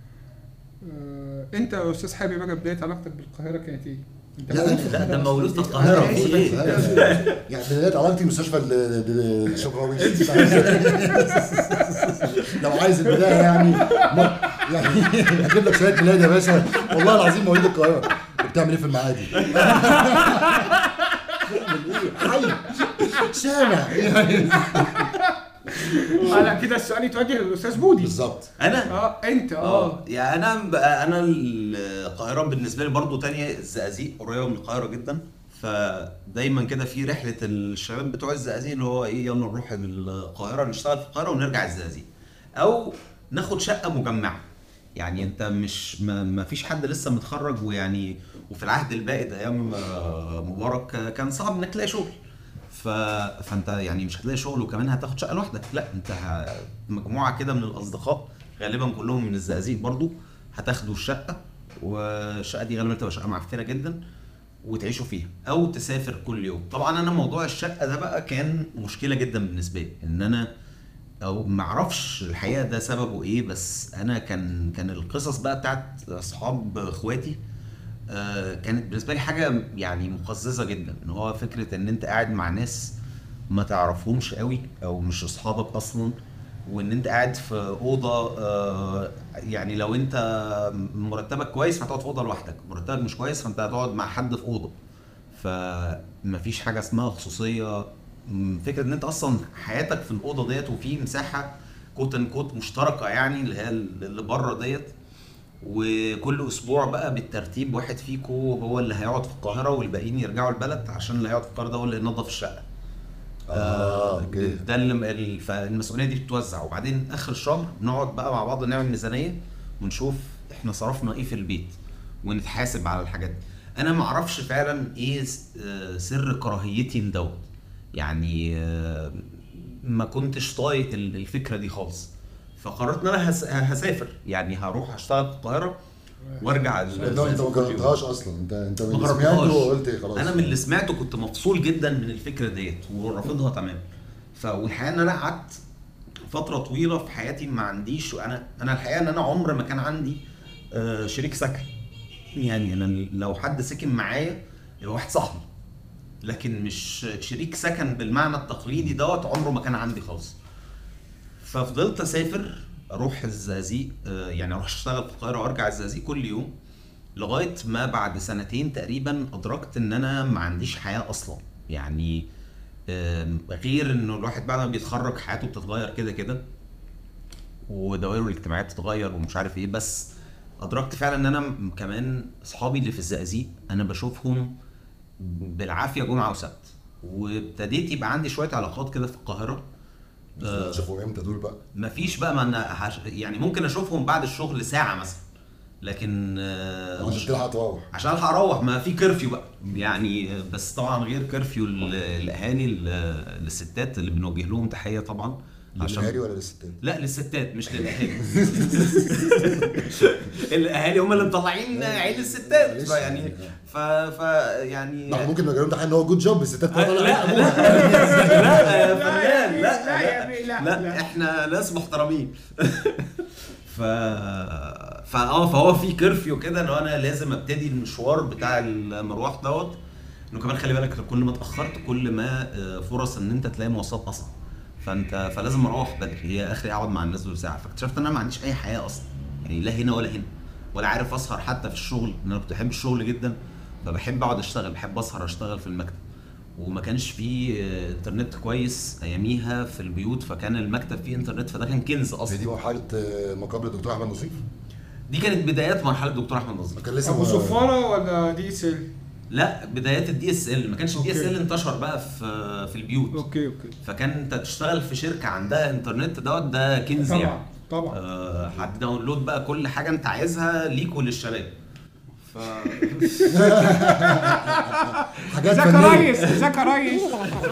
انت يا استاذ حابب بقى بدايه علاقتك بالقاهره كانت ايه؟ لا لا ده مولود في القاهره في ايه؟ يعني بدايه علاقتي مستشفى الشبراوي. لو عايز البدايه يعني يعني هجيب لك شهاده ميلاد يا باشا والله العظيم مواليد القاهره. بتعمل ايه في المعادي؟ حي شارع يعني. على كده السؤال يتوجه للاستاذ بودي. بالظبط. انا اه انت اه يعني انا انا القاهره بالنسبه لي برضو تانية الزقازيق قريبه من القاهره جدا، فدايما كده في رحله الشباب بتوع الزقازيق اللي هو ايه يلا نروح القاهره نشتغل في القاهره ونرجع الزقازيق، او ناخد شقه مجمعه. يعني انت مش ما فيش حد لسه متخرج ويعني وفي العهد البائد ايام مبارك كان صعب انك تلاقي شغل، ف... فانت يعني مش هتلاقي شغل وكمان هتاخد شقه لوحدك، لا انت ه... مجموعه كده من الاصدقاء غالبا كلهم من الزقازيق برضو هتاخدوا الشقه، والشقه دي غالبا تبقى شقه معفنه جدا وتعيشوا فيها او تسافر كل يوم. طبعا انا موضوع الشقه ده بقى كان مشكله جدا بالنسبه لي، ان انا او ما اعرفش الحقيقه ده سببه ايه، بس انا كان كان القصص بقى بتاعت اصحاب اخواتي آه كانت بالنسبه لي حاجه يعني مقززه جدا، ان هو فكره ان انت قاعد مع ناس ما تعرفهمش قوي او مش اصحابك اصلا، وان انت قاعد في اوضه آه يعني لو انت مرتبك كويس فهتقعد في اوضه لوحدك، مرتبك مش كويس فانت هتقعد مع حد في اوضه، فمفيش حاجه اسمها خصوصيه. فكره ان انت اصلا حياتك في الاوضه ديت وفي مساحه كوت ان كوت مشتركه يعني اللي هي اللي بره ديت، وكل اسبوع بقى بالترتيب واحد فيكم هو اللي هيقعد في القاهره والباقيين يرجعوا البلد عشان اللي هيقعد في القاهره ده هو اللي ينظف الشقه. اه ده اللي فالمسؤوليه دي بتتوزع، وبعدين اخر الشهر بنقعد بقى مع بعض نعمل ميزانيه ونشوف احنا صرفنا ايه في البيت ونتحاسب على الحاجات دي. انا ما اعرفش فعلا ايه سر كراهيتي لدوت، يعني ما كنتش طايق الفكره دي خالص، فقررت ان انا هسافر يعني هروح اشتغل في القاهره وارجع. انت انت ما جربتهاش اصلا؟ انت انت من اللي سمعته وقلت خلاص؟ انا من اللي سمعته كنت مفصول جدا من الفكره ديت ورافضها تماما. فالحقيقه ان انا قعدت فتره طويله في حياتي ما عنديش، انا انا الحقيقه ان انا عمر ما كان عندي شريك سكن، يعني انا لو حد سكن معايا يبقى واحد صاحبي، لكن مش شريك سكن بالمعنى التقليدي دوت عمره ما كان عندي خالص. ففضلت اسافر اروح الزقازيق يعني اروح اشتغل في القاهره وارجع الزقازيق كل يوم، لغايه ما بعد سنتين تقريبا ادركت ان انا ما عنديش حياه اصلا. يعني غير انه الواحد بعد ما بيتخرج حياته بتتغير كده كده ودوائره الاجتماعيه بتتغير ومش عارف ايه، بس ادركت فعلا ان انا كمان اصحابي اللي في الزقازيق انا بشوفهم بالعافيه جمعه وسبت، وابتديت يبقى عندي شويه علاقات كده في القاهره. تشوفهم امتى دول بقى؟ مفيش بقى، ما انا هش... يعني ممكن اشوفهم بعد الشغل ساعه مثلا، لكن عشان تلحق تروح، عشان الحق اروح ما في كرفيو بقى يعني. بس طبعا غير كرفيو الاهالي للستات اللي بنوجه لهم تحيه طبعا. للاهالي ولا للستات؟ لا للستات مش للاهالي. الاهالي هم اللي مطلعين عيد الستات يعني ف ف يعني لا ممكن نقول لهم ان هو جود جوب الستات طالعه. لا لا لا يا فنان، لا لا لا, لا احنا ناس محترمين. ف فاه فهو في كرفيو كده ان انا لازم ابتدي المشوار بتاع المروح دوت انه كمان خلي بالك كل ما اتاخرت كل ما آه، فرص ان انت تلاقي مواصلات اصلا، فانت فلازم اروح بدري. هي اخري اقعد مع الناس دول ساعه، فاكتشفت ان انا ما عنديش اي حياه اصلا، يعني لا هنا ولا هنا، ولا عارف اسهر حتى في الشغل. انا كنت بحب الشغل جدا، فبحب اقعد اشتغل، بحب اسهر اشتغل في المكتب، وما كانش فيه آه، انترنت كويس اياميها في البيوت، فكان المكتب فيه انترنت، فده كان كنز هي اصلا. دي مرحله آه، ما قبل الدكتور احمد نظيف. دي كانت بدايات مرحله دكتور احمد نظيف. كان لسه ابو صفاره ولا دي اس ال؟ لا بدايات الدي اس ال، ما كانش الدي اس أوكي. ال انتشر بقى في في البيوت. اوكي اوكي فكان انت تشتغل في شركه عندها انترنت دوت ده كنز طبعا يعني. طبعا آه، هتداونلود بقى كل حاجه انت عايزها ليك وللشباب. ف حاجات ازيك يا فنيه. ريس، ازيك يا ريس.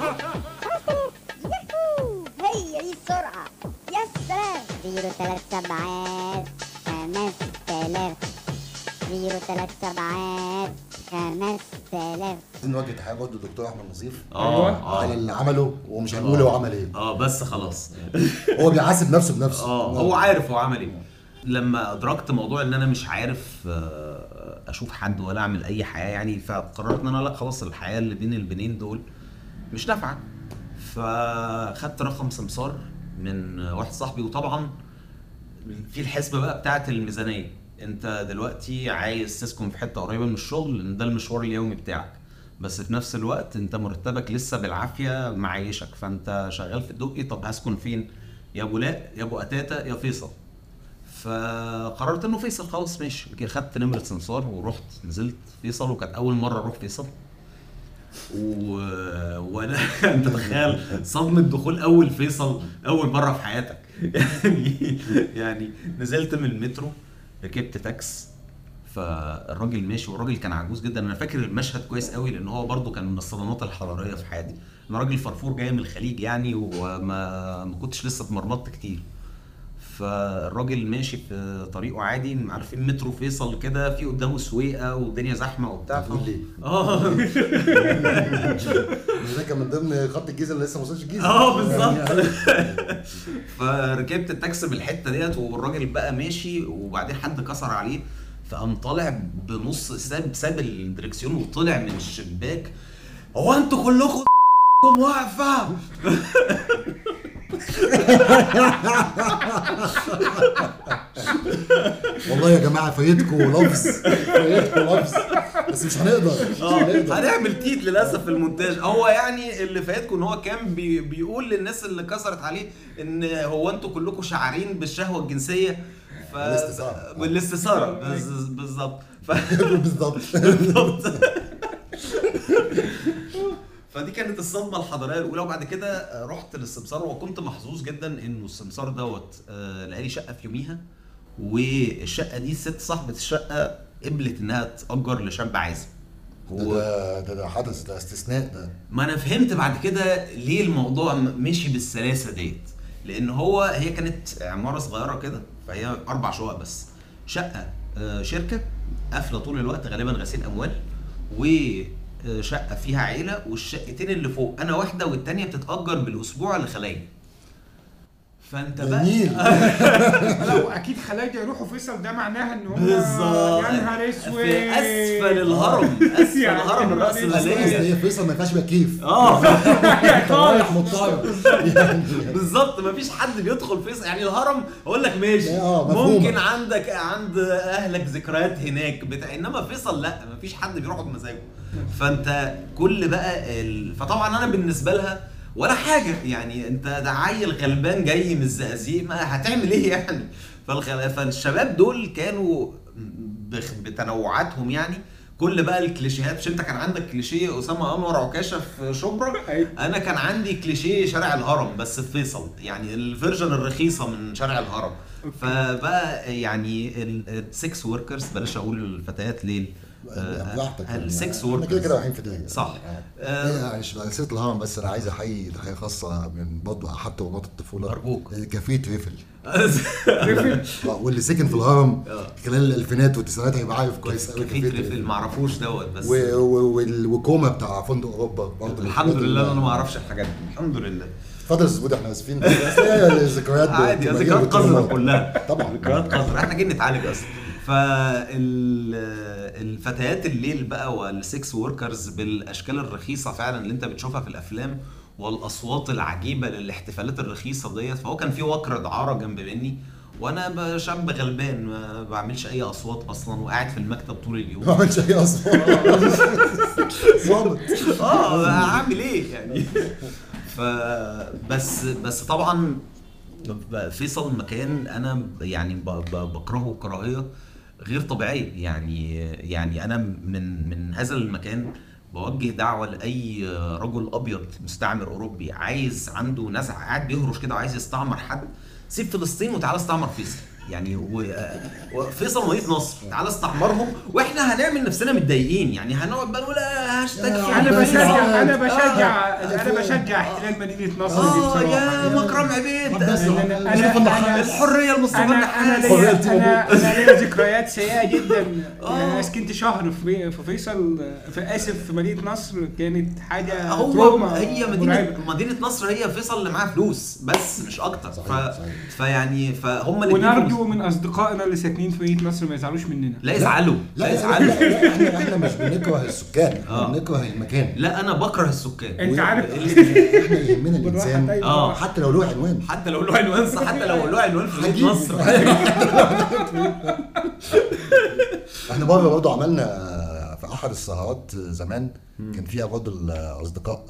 هي دي السرعة يا سلام. زيرو تلات سبعات خمس تلاف زيرو تلات سبعات خمس تلاف. عايزين نوجه تحيه برضه للدكتور احمد نظيف اه على اه اللي عمله، ومش هنقول هو عمل ايه. اه بس خلاص. هو بيحاسب نفسه بنفسه. اه هو عارف هو عمل ايه. لما ادركت موضوع ان انا مش عارف آه، اشوف حد ولا اعمل اي حياه يعني، فقررت ان انا لا خلاص الحياه اللي بين البنين دول مش نافعه. فخدت رقم سمسار من واحد صاحبي، وطبعا في الحسبه بقى بتاعه الميزانيه. انت دلوقتي عايز تسكن في حته قريبه من الشغل لان ده المشوار اليومي بتاعك، بس في نفس الوقت انت مرتبك لسه بالعافيه معيشك، فانت شغال في الدقي. طب هسكن فين؟ يا ابو لاء يا ابو قتاته يا فيصل. فقررت انه فيصل خلاص ماشي. خدت نمره سمسار ورحت نزلت فيصل، وكانت اول مره اروح فيصل. و... وانا انت تخيل صدمه دخول اول فيصل اول مره في حياتك. يعني يعني نزلت من المترو، ركبت تاكس، فالراجل ماشي، والراجل كان عجوز جدا. انا فاكر المشهد كويس قوي لان هو برضو كان من الصدمات الحضاريه في حياتي. انا راجل فرفور جاي من الخليج يعني، وما ما كنتش لسه اتمرمطت كتير. فالراجل ماشي في طريقه عادي، عارفين مترو فيصل كده في قدامه سويقه والدنيا زحمه وبتاع. هتقول ليه؟ اه ده كان من ضمن خط الجيزه اللي لسه ما وصلش الجيزه. اه بالظبط. فركبت التاكسي بالحته ديت، والراجل بقى ماشي، وبعدين حد كسر عليه، فقام طالع بنص ساب ساب الدركسيون وطلع من الشباك. هو انتوا كلكم واقفه؟ والله يا جماعه فايتكم لفظ، فايتكم لفظ، بس مش هنقدر مش اه هنقدر. هنعمل تيت للاسف في المونتاج. هو يعني اللي فايتكم ان هو كان بي بيقول للناس اللي كسرت عليه ان هو انتوا كلكم شعارين بالشهوه الجنسيه. ف... والاستثارة. والاستثاره بز- بالظبط. ف... بالظبط بالظبط. فدي كانت الصدمه الحضاريه الاولى. وبعد كده رحت للسمسار، وكنت محظوظ جدا انه السمسار دوت آه، لقى لي شقه في يوميها، والشقه دي الست صاحبه الشقه قبلت انها تأجر لشاب عازب. ده ده ده, ده حدث، ده استثناء ده. ما انا فهمت بعد كده ليه الموضوع م- مشي بالسلاسه ديت، لان هو هي كانت عماره صغيره كده، فهي اربع شقق بس. شقه آه، شركه قافله طول الوقت غالبا غسيل اموال، وشقه فيها عيله، والشقتين اللي فوق انا واحده والتانيه بتتأجر بالاسبوع لخلايا. فانت بقى جميل. لا اكيد خلايا يروحوا فيصل، ده معناها ان هم بالظبط يا نهار اسود في اسفل الهرم، اسفل يعني الهرم يا نهار بس الرأسمالية. هي فيصل ما ينفعش يبقى كيف. اه انت رايح مضطرب يعني. بالظبط، مفيش حد بيدخل فيصل. يعني الهرم اقول لك ماشي، اه، مفهومة. ممكن عندك عند اهلك ذكريات هناك بتاع، انما فيصل لا، مفيش حد بيروح بمزاجه. فانت كل بقى ال... فطبعا انا بالنسبه لها ولا حاجه، يعني انت ده عيل غلبان جاي من الزقازيق، ما هتعمل ايه يعني. فالخل... فالشباب دول كانوا بخ... بتنوعاتهم يعني. كل بقى الكليشيهات، مش انت كان عندك كليشيه اسامه انور عكاشه في شبرا، انا كان عندي كليشيه شارع الهرم بس في فيصل، يعني الفيرجن الرخيصه من شارع الهرم. فبقى يعني السكس وركرز، بلاش اقول الفتيات ليه، براحتك يعني. السكس احنا وركرز كده كده رايحين في داهيه. صح. آه. معلش على سيره الهرم، بس انا عايز احيي تحيه خاصه من برضه احد رباط الطفوله. أرجوك. كافيه ريفل. آه، واللي ساكن في الهرم خلال الالفينات والتسعينات هيبقى عارف كويس قوي كافيه ريفل ما اعرفوش دوت بس. و- و- وال- وكوما بتاع فندق اوروبا برضه. الحمد لله انا ما اعرفش الحاجات دي، الحمد لله. اتفضل يا استاذ بودي، احنا اسفين بس هي ذكريات عادي، بتبقى ذكريات جاية قذرة بالترمات. كلها طبعا ذكريات قذرة، احنا جايين نتعالج اصلا. ف فالفتيات الليل بقى والسكس وركرز بالاشكال الرخيصه فعلا اللي انت بتشوفها في الافلام والاصوات العجيبه للاحتفالات الرخيصه ديت. فهو كان في وكر دعاره جنب مني وانا شاب غلبان ما بعملش اي اصوات اصلا وقاعد في المكتب طول اليوم ما عملش اي اصلا صامت. اه اعمل ايه يعني. فبس بس طبعا فيصل مكان انا يعني بكرهه كراهيه غير طبيعيه يعني. يعني انا من من هذا المكان بوجه دعوه لاي رجل ابيض مستعمر اوروبي عايز عنده نزعه قاعد بيهرش كده وعايز يستعمر حد، سيب فلسطين وتعالى استعمر فيصل يعني. وفيصل ومدينة نصر تعالى استعمرهم واحنا هنعمل نفسنا متضايقين يعني. هنقعد بقى نقول هاشتاج انا بشجع انا بشجع انا بشجع احتلال مدينه نصر دي اه بصراحه. يا مكرم عبيد انا الحريه المصطفى انا النحاس. انا انا انا ليا ذكريات سيئه جدا. انا سكنت شهر في في فيصل في اسف في مدينه نصر، كانت حاجه هو تروما هي مدينه مدينه نصر هي فيصل اللي معاها فلوس بس مش اكتر. ف... فيعني فهم اللي ونرجو من اصدقائنا اللي ساكنين في مدينه نصر ما يزعلوش مننا. لا يزعلوا لا لا يزعلوا. يزعلوا. لا احنا احنا مش بنكره السكان، احنا بنكره المكان. لا انا بكره السكان. انت عارف احنا يهمنا الانسان اه حتى لو له عنوان، حتى لو له عنوان صح، حتى لو له عنوان في مدينه نصر. احنا بره برضه عملنا في احد السهرات زمان كان فيها برضه الاصدقاء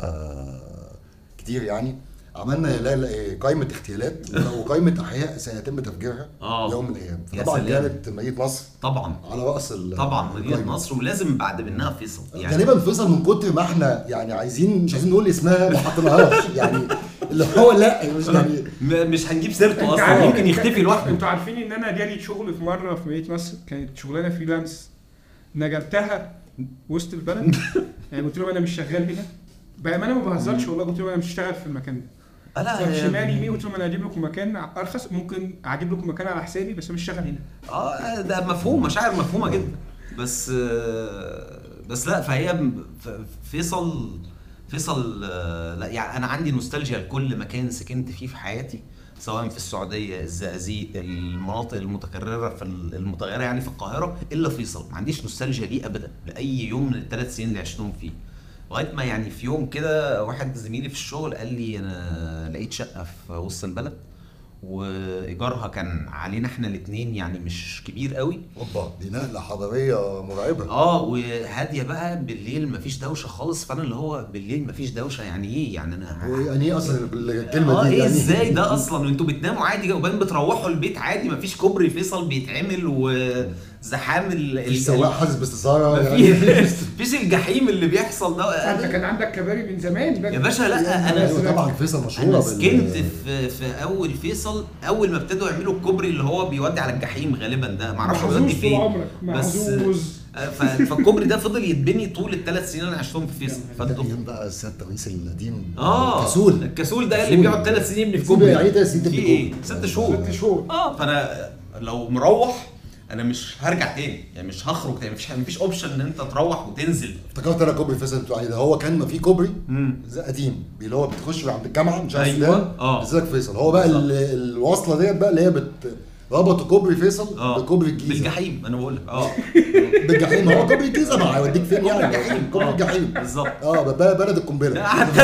كتير يعني، عملنا لا لا قائمه اغتيالات وقائمه احياء سيتم تفجيرها يوم من الايام. طبعا كانت مدينه نصر طبعا على راس طبعا مدينه نصر، ولازم بعد منها فيصل يعني. غالبا فيصل من كتر ما احنا يعني عايزين مش عايزين نقول اسمها ما حطيناهاش يعني اللي هو لا مش يعني مش هنجيب سيرته اصلا ممكن يختفي لوحده. انتوا عارفين ان انا جالي شغل في مره في مدينه نصر، كانت شغلانه فريلانس نجلتها وسط البلد يعني. قلت لهم انا مش شغال هنا بامانه ما بهزرش والله، قلت لهم انا مش هشتغل في المكان ده. لا شمالي يمين، قلت لهم انا هجيب لكم مكان ارخص، ممكن اجيب لكم مكان على حسابي بس مش شغال هنا. اه ده مفهوم، مشاعر مفهومه جدا. بس بس لا فهي فيصل فيصل لا يعني انا عندي نوستالجيا لكل مكان سكنت فيه في حياتي، سواء في السعوديه، الزقازيق، المناطق المتكرره في المتغيره يعني في القاهره، الا فيصل ما عنديش نوستالجيا ليه ابدا لاي يوم من الثلاث سنين اللي عشتهم فيه. لغايه ما يعني في يوم كده واحد زميلي في الشغل قال لي انا لقيت شقه في وسط البلد وايجارها كان علينا احنا الاثنين يعني مش كبير قوي. اوبا دي نقله حضاريه مرعبه. اه وهاديه بقى بالليل مفيش دوشه خالص. فانا اللي هو بالليل مفيش دوشه يعني ايه يعني انا يعني ايه اصلا الكلمه آه دي ايه يعني ازاي ده اصلا انتوا بتناموا عادي وبعدين بتروحوا البيت عادي مفيش كوبري فيصل بيتعمل وزحام السواق حاسس باستثاره يعني مفيش الجحيم اللي بيحصل ده. انت كان عندك كباري من زمان يا باشا. لا انا طبعا فيصل مشهوره انا سكنت في في اول فيصل اول ما ابتدوا يعملوا الكوبري اللي هو بيودي على الجحيم غالبا ده ما اعرفش بيودي فين بس فالكوبري ده فضل يتبني طول الثلاث سنين اللي عشتهم في فيصل. فانتوا بقى السيد الرئيس القديم اه الكسول الكسول ده اللي بيقعد ثلاث سنين يبني في كوبري يعني ثلاث سنين في ايه ست شهور ست شهور اه. فانا لو مروح انا مش هرجع تاني يعني مش هخرج تاني مفيش مفيش اوبشن ان انت تروح وتنزل. افتكرت انا كوبري فيصل بتاع ده هو كان ما في كوبري قديم اللي هو بتخش عند الجامعه مش عارف ايوه اه ازيك فيصل هو بقى الوصله ديت بقى اللي هي بت ربطوا كوبري فيصل آه. بكوبري الجيزه بالجحيم. انا بقول لك اه بالجحيم. هو كوبري الجيزه ما هيوديك فين يعني الجحيم كوبري الجحيم بالظبط اه بلد القنبله.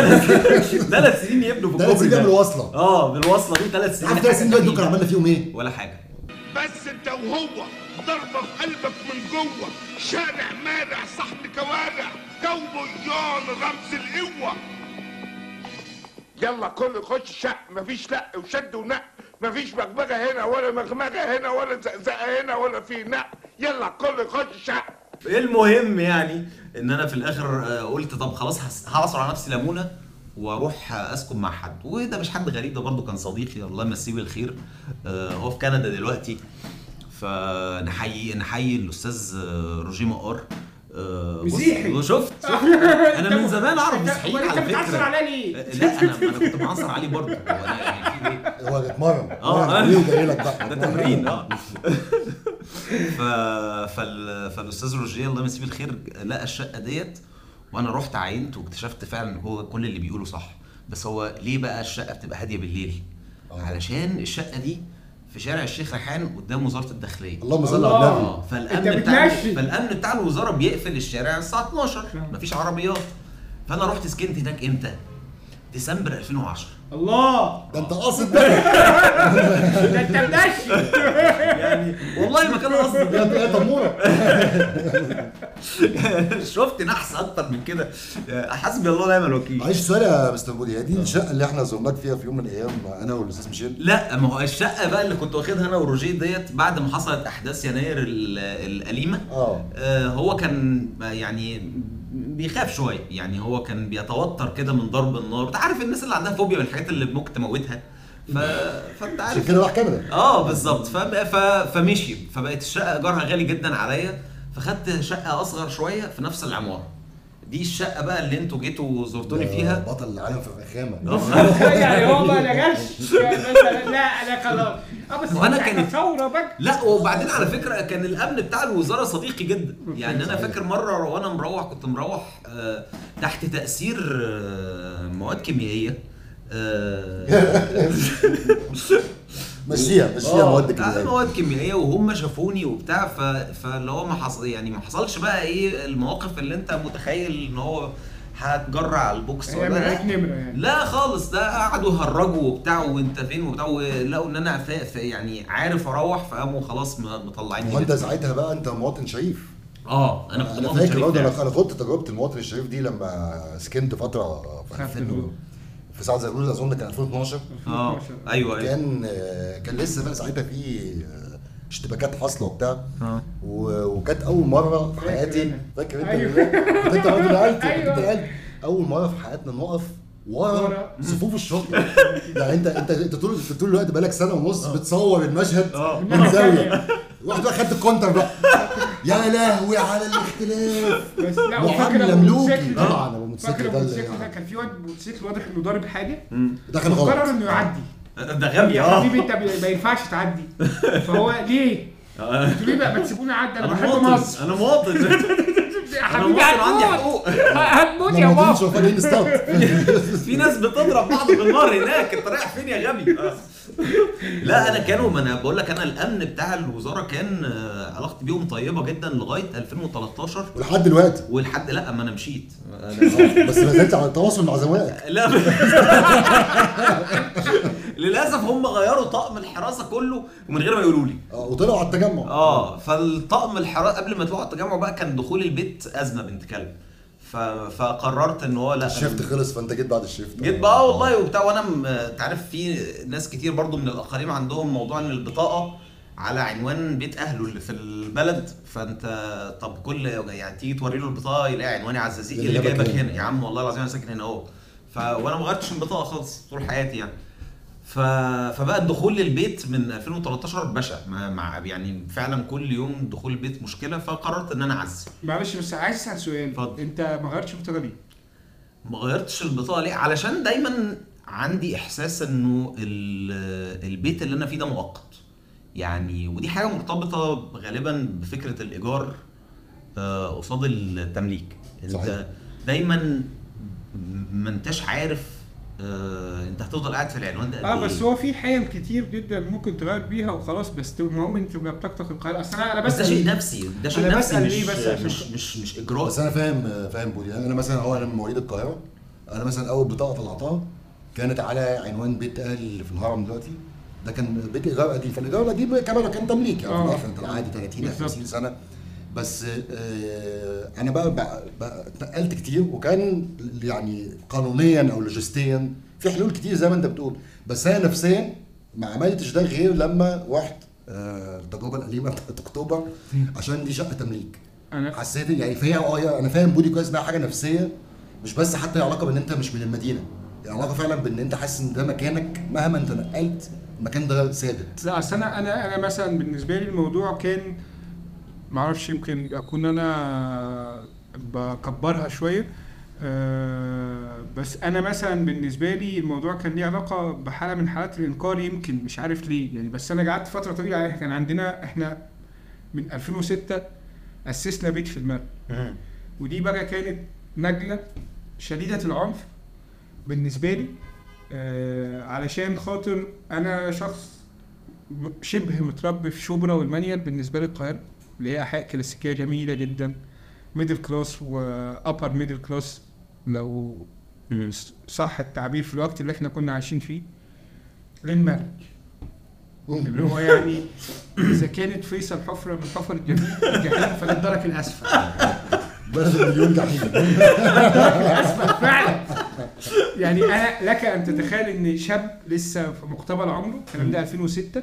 ثلاث سنين يبنوا في ثلاث الكوبري سنين ده بالوصله اه بالوصله دي ثلاث سنين. عارف ثلاث سنين دول كنا عملنا فيهم ايه ولا حاجه بس انت وهو ضربه في قلبك من جوه شارع مارع صحن كوارع كوبويان رمز القوه. يلا كله يخش شق مفيش لق وشد ونق مفيش مغمغه هنا ولا مغمغه هنا ولا زقزقه هنا ولا في نق. يلا كله يخش شق. المهم يعني ان انا في الاخر قلت طب خلاص هعصر على نفسي ليمونه واروح اسكن مع حد. وده مش حد غريب، ده برضو كان صديقي الله يمسيه بالخير هو في كندا دلوقتي. فنحيي نحيي الاستاذ روجيه مقار مسيحي. شفت شفت انا من زمان اعرف مسيحيين على فكره. بتعصر عليه ليه؟ لا انا انا كنت بعصر عليه برضه. هو انا يعني في ايه هو بيتمرن اه ايه جاي لك بقى ده تمرين اه. ف فال... فالاستاذ روجيه الله يمسيه بالخير لقى الشقه ديت وانا رحت عينت واكتشفت فعلا ان هو كل اللي بيقوله صح. بس هو ليه بقى الشقه بتبقى هاديه بالليل؟ علشان الشقه دي في شارع الشيخ ريحان قدام وزاره الداخليه. اللهم صل على النبي. اه فالامن بتاع فالامن بتاع الوزاره بيقفل الشارع الساعه اتناشر، مفيش عربيات. فانا رحت سكنت هناك امتى؟ ديسمبر ألفين وعشرة. الله، ده انت قاصد بقى. ده انت ماشي يعني والله ما كان قصدي. يا تموره. شفت نحس اكتر من كده. حسبي الله ونعم الوكيل. معلش سؤال يا مستر بودي، هي دي الشقه اللي احنا زرناك فيها في يوم من الايام انا والاستاذ ميشيل؟ لا، ما هو الشقه بقى اللي كنت واخدها انا وروجيه ديت بعد ما حصلت احداث يناير الاليمه. اه هو كان يعني بيخاف شويه، يعني هو كان بيتوتر كده من ضرب النار. انت عارف الناس اللي عندها فوبيا من الحاجات اللي ممكن تموتها، ف... فانت عارف عشان كده راح كندا. اه بالظبط. ف... ف... فمشي، فبقت الشقه ايجارها غالي جدا عليا، فخدت شقه اصغر شويه في نفس العماره. دي الشقه بقى اللي انتوا جيتوا زرتوني فيها. بطل العالم في الرخامه. يعني هو ما نجحش مثلا. لا انا خلاص اه بس وانا كانت ثوره بقى. لا وبعدين على فكره كان الامن بتاع الوزاره صديقي جدا. يعني انا فاكر مره وانا مروح كنت مروح آه تحت تاثير آه مواد كيميائيه. آه مشيها مشيها مواد كيميائيه مواد كيميائيه وهم شافوني وبتاع. فاللي هو ما حصل يعني ما حصلش بقى ايه المواقف اللي انت متخيل ان هو هتجرع على البوكس ولا لا. يعني. لا خالص، ده قعدوا يهرجوا وبتاع وانت فين وبتاع، ولقوا ان انا يعني عارف اروح، فقاموا خلاص مطلعيني. وانت ساعتها بقى انت مواطن شريف. اه انا كنت انا فاكر برضه انا انا خدت تجربه المواطن الشريف دي لما سكنت فتره في ألفين في ساعه زي الاولى اظن كان ألفين واتناشر. اه ايوه كان كان لسه بقى ساعتها في اشتباكات حاصله وبتاع. اه وكانت اول مره في حياتي، فاكر انت كنت انت برضه نقلت كنت اول مره في حياتنا نقف ورا صفوف الشرطه. يعني انت انت انت طول طول الوقت بقالك سنه ونص بتصور المشهد من زاويه. رحت بقى خدت الكونتر بقى. يا لهوي على الاختلاف. بس لا وفاكر مملوكي طبعا. ابو موتوسيكل فاكر الموتوسيكل ده كان في واد موتوسيكل واضح انه ضارب حاجه، ده كان غلط، قرر انه يعدي. ده غبي يا حبيبي انت ما ينفعش تعدي. فهو ليه؟ قلت له ليه بقى ما تسيبوني اعدي، انا بحب مصر، انا مواطن. انا مواطن عندي حقوق. هتموت يا بابا. في ناس بتضرب بعض بالنار هناك، انت رايح فين يا غبي؟ لا انا كانوا ما انا بقول لك انا الامن بتاع الوزاره كان علاقتي بيهم طيبه جدا لغايه ألفين وتلتاشر ولحد دلوقتي. ولحد لا ما انا مشيت بس ما زلت على تواصل مع زمايلك. لا للاسف هم غيروا طقم الحراسه كله ومن غير ما يقولوا لي. اه وطلعوا على التجمع. اه فالطقم الحراسه قبل ما يطلعوا على التجمع بقى كان دخول البيت ازمه بنت كلب. فقررت ان هو لا الشيفت خلص فانت جيت بعد الشيفت. جيت بقى والله وبتاع. وانا انت عارف في ناس كتير برضو من الاقاليم عندهم موضوع ان البطاقه على عنوان بيت اهله اللي في البلد. فانت طب كل يعني تيجي توري له البطاقه يلاقي عنواني عزازيق اللي جايبك هنا يا عم والله العظيم انا ساكن هنا اهو. وانا ما غيرتش البطاقه خالص طول حياتي يعني. ف... فبقى الدخول للبيت من ألفين وتلتاشر بشع مع يعني فعلا كل يوم دخول البيت مشكله. فقررت ان انا اعزل. معلش بس عايز اسال سؤال. فضل. انت ما غيرتش البطاقه ليه؟ ما غيرتش البطاقه ليه؟ علشان دايما عندي احساس انه البيت اللي انا فيه ده مؤقت يعني. ودي حاجه مرتبطه غالبا بفكره الايجار قصاد التمليك. انت دايما ما انتش عارف آه، انت هتفضل قاعد في العنوان ده. اه بس هو في حيل كتير جدا ممكن تغير بيها وخلاص. بس المهم انت تبقى بتكتك القاهره. اصل انا بس ده شيء نفسي، ده شيء نفسي مش بس مش مش مش اجراء. بس انا فاهم فاهم بودي. انا مثلا هو انا من مواليد القاهره. انا مثلا اول بطاقه طلعتها كانت على عنوان بيت اهل في الهرم دلوقتي. ده كان بيت ايجار قديم. فالايجار القديم كمان كان تمليك يعني. في الاخر انت عادي ثلاثين خمسين سنه. بس آه انا بقى, بقى, بقى اتنقلت كتير وكان يعني قانونيا او لوجستيا في حلول كتير زي ما انت بتقول. بس انا نفسيا ما عملتش ده غير لما رحت آه التجربه الاليمه بتاعت اكتوبر عشان دي شقه تمليك. انا حسيت يعني فيها اه انا فاهم بودي كويس انها حاجه نفسيه مش بس حتى علاقه بان انت مش من المدينه. يعني علاقه فعلا بان انت حاسس ان ده مكانك مهما انت نقلت المكان ده ثابت. لا اصل انا انا انا مثلا بالنسبه لي الموضوع كان معرفش يمكن اكون انا بكبرها شويه. أه بس انا مثلا بالنسبه لي الموضوع كان ليه علاقه بحاله من حالات الانكار يمكن مش عارف ليه يعني. بس انا قعدت فتره طويله عليها. كان عندنا احنا من ألفين وستة اسسنا بيت في المرج. ودي بقى كانت نجله شديده العنف بالنسبه لي. أه علشان خاطر انا شخص شبه متربي في شبرا والمانيال بالنسبه لي القاهره، اللي هي احياء كلاسيكيه جميله جدا، ميدل كلاس وابر ميدل كلاس لو صح التعبير في الوقت اللي احنا كنا عايشين فيه. للمرج اللي هو يعني اذا كانت فيصل حفره من حفر الجحيم فللدرك الاسفل. بلد مليون جحيم. الدرك الاسفل فعلا. يعني انا لك ان تتخيل ان شاب لسه في مقتبل عمره، الكلام ده ألفين وستة،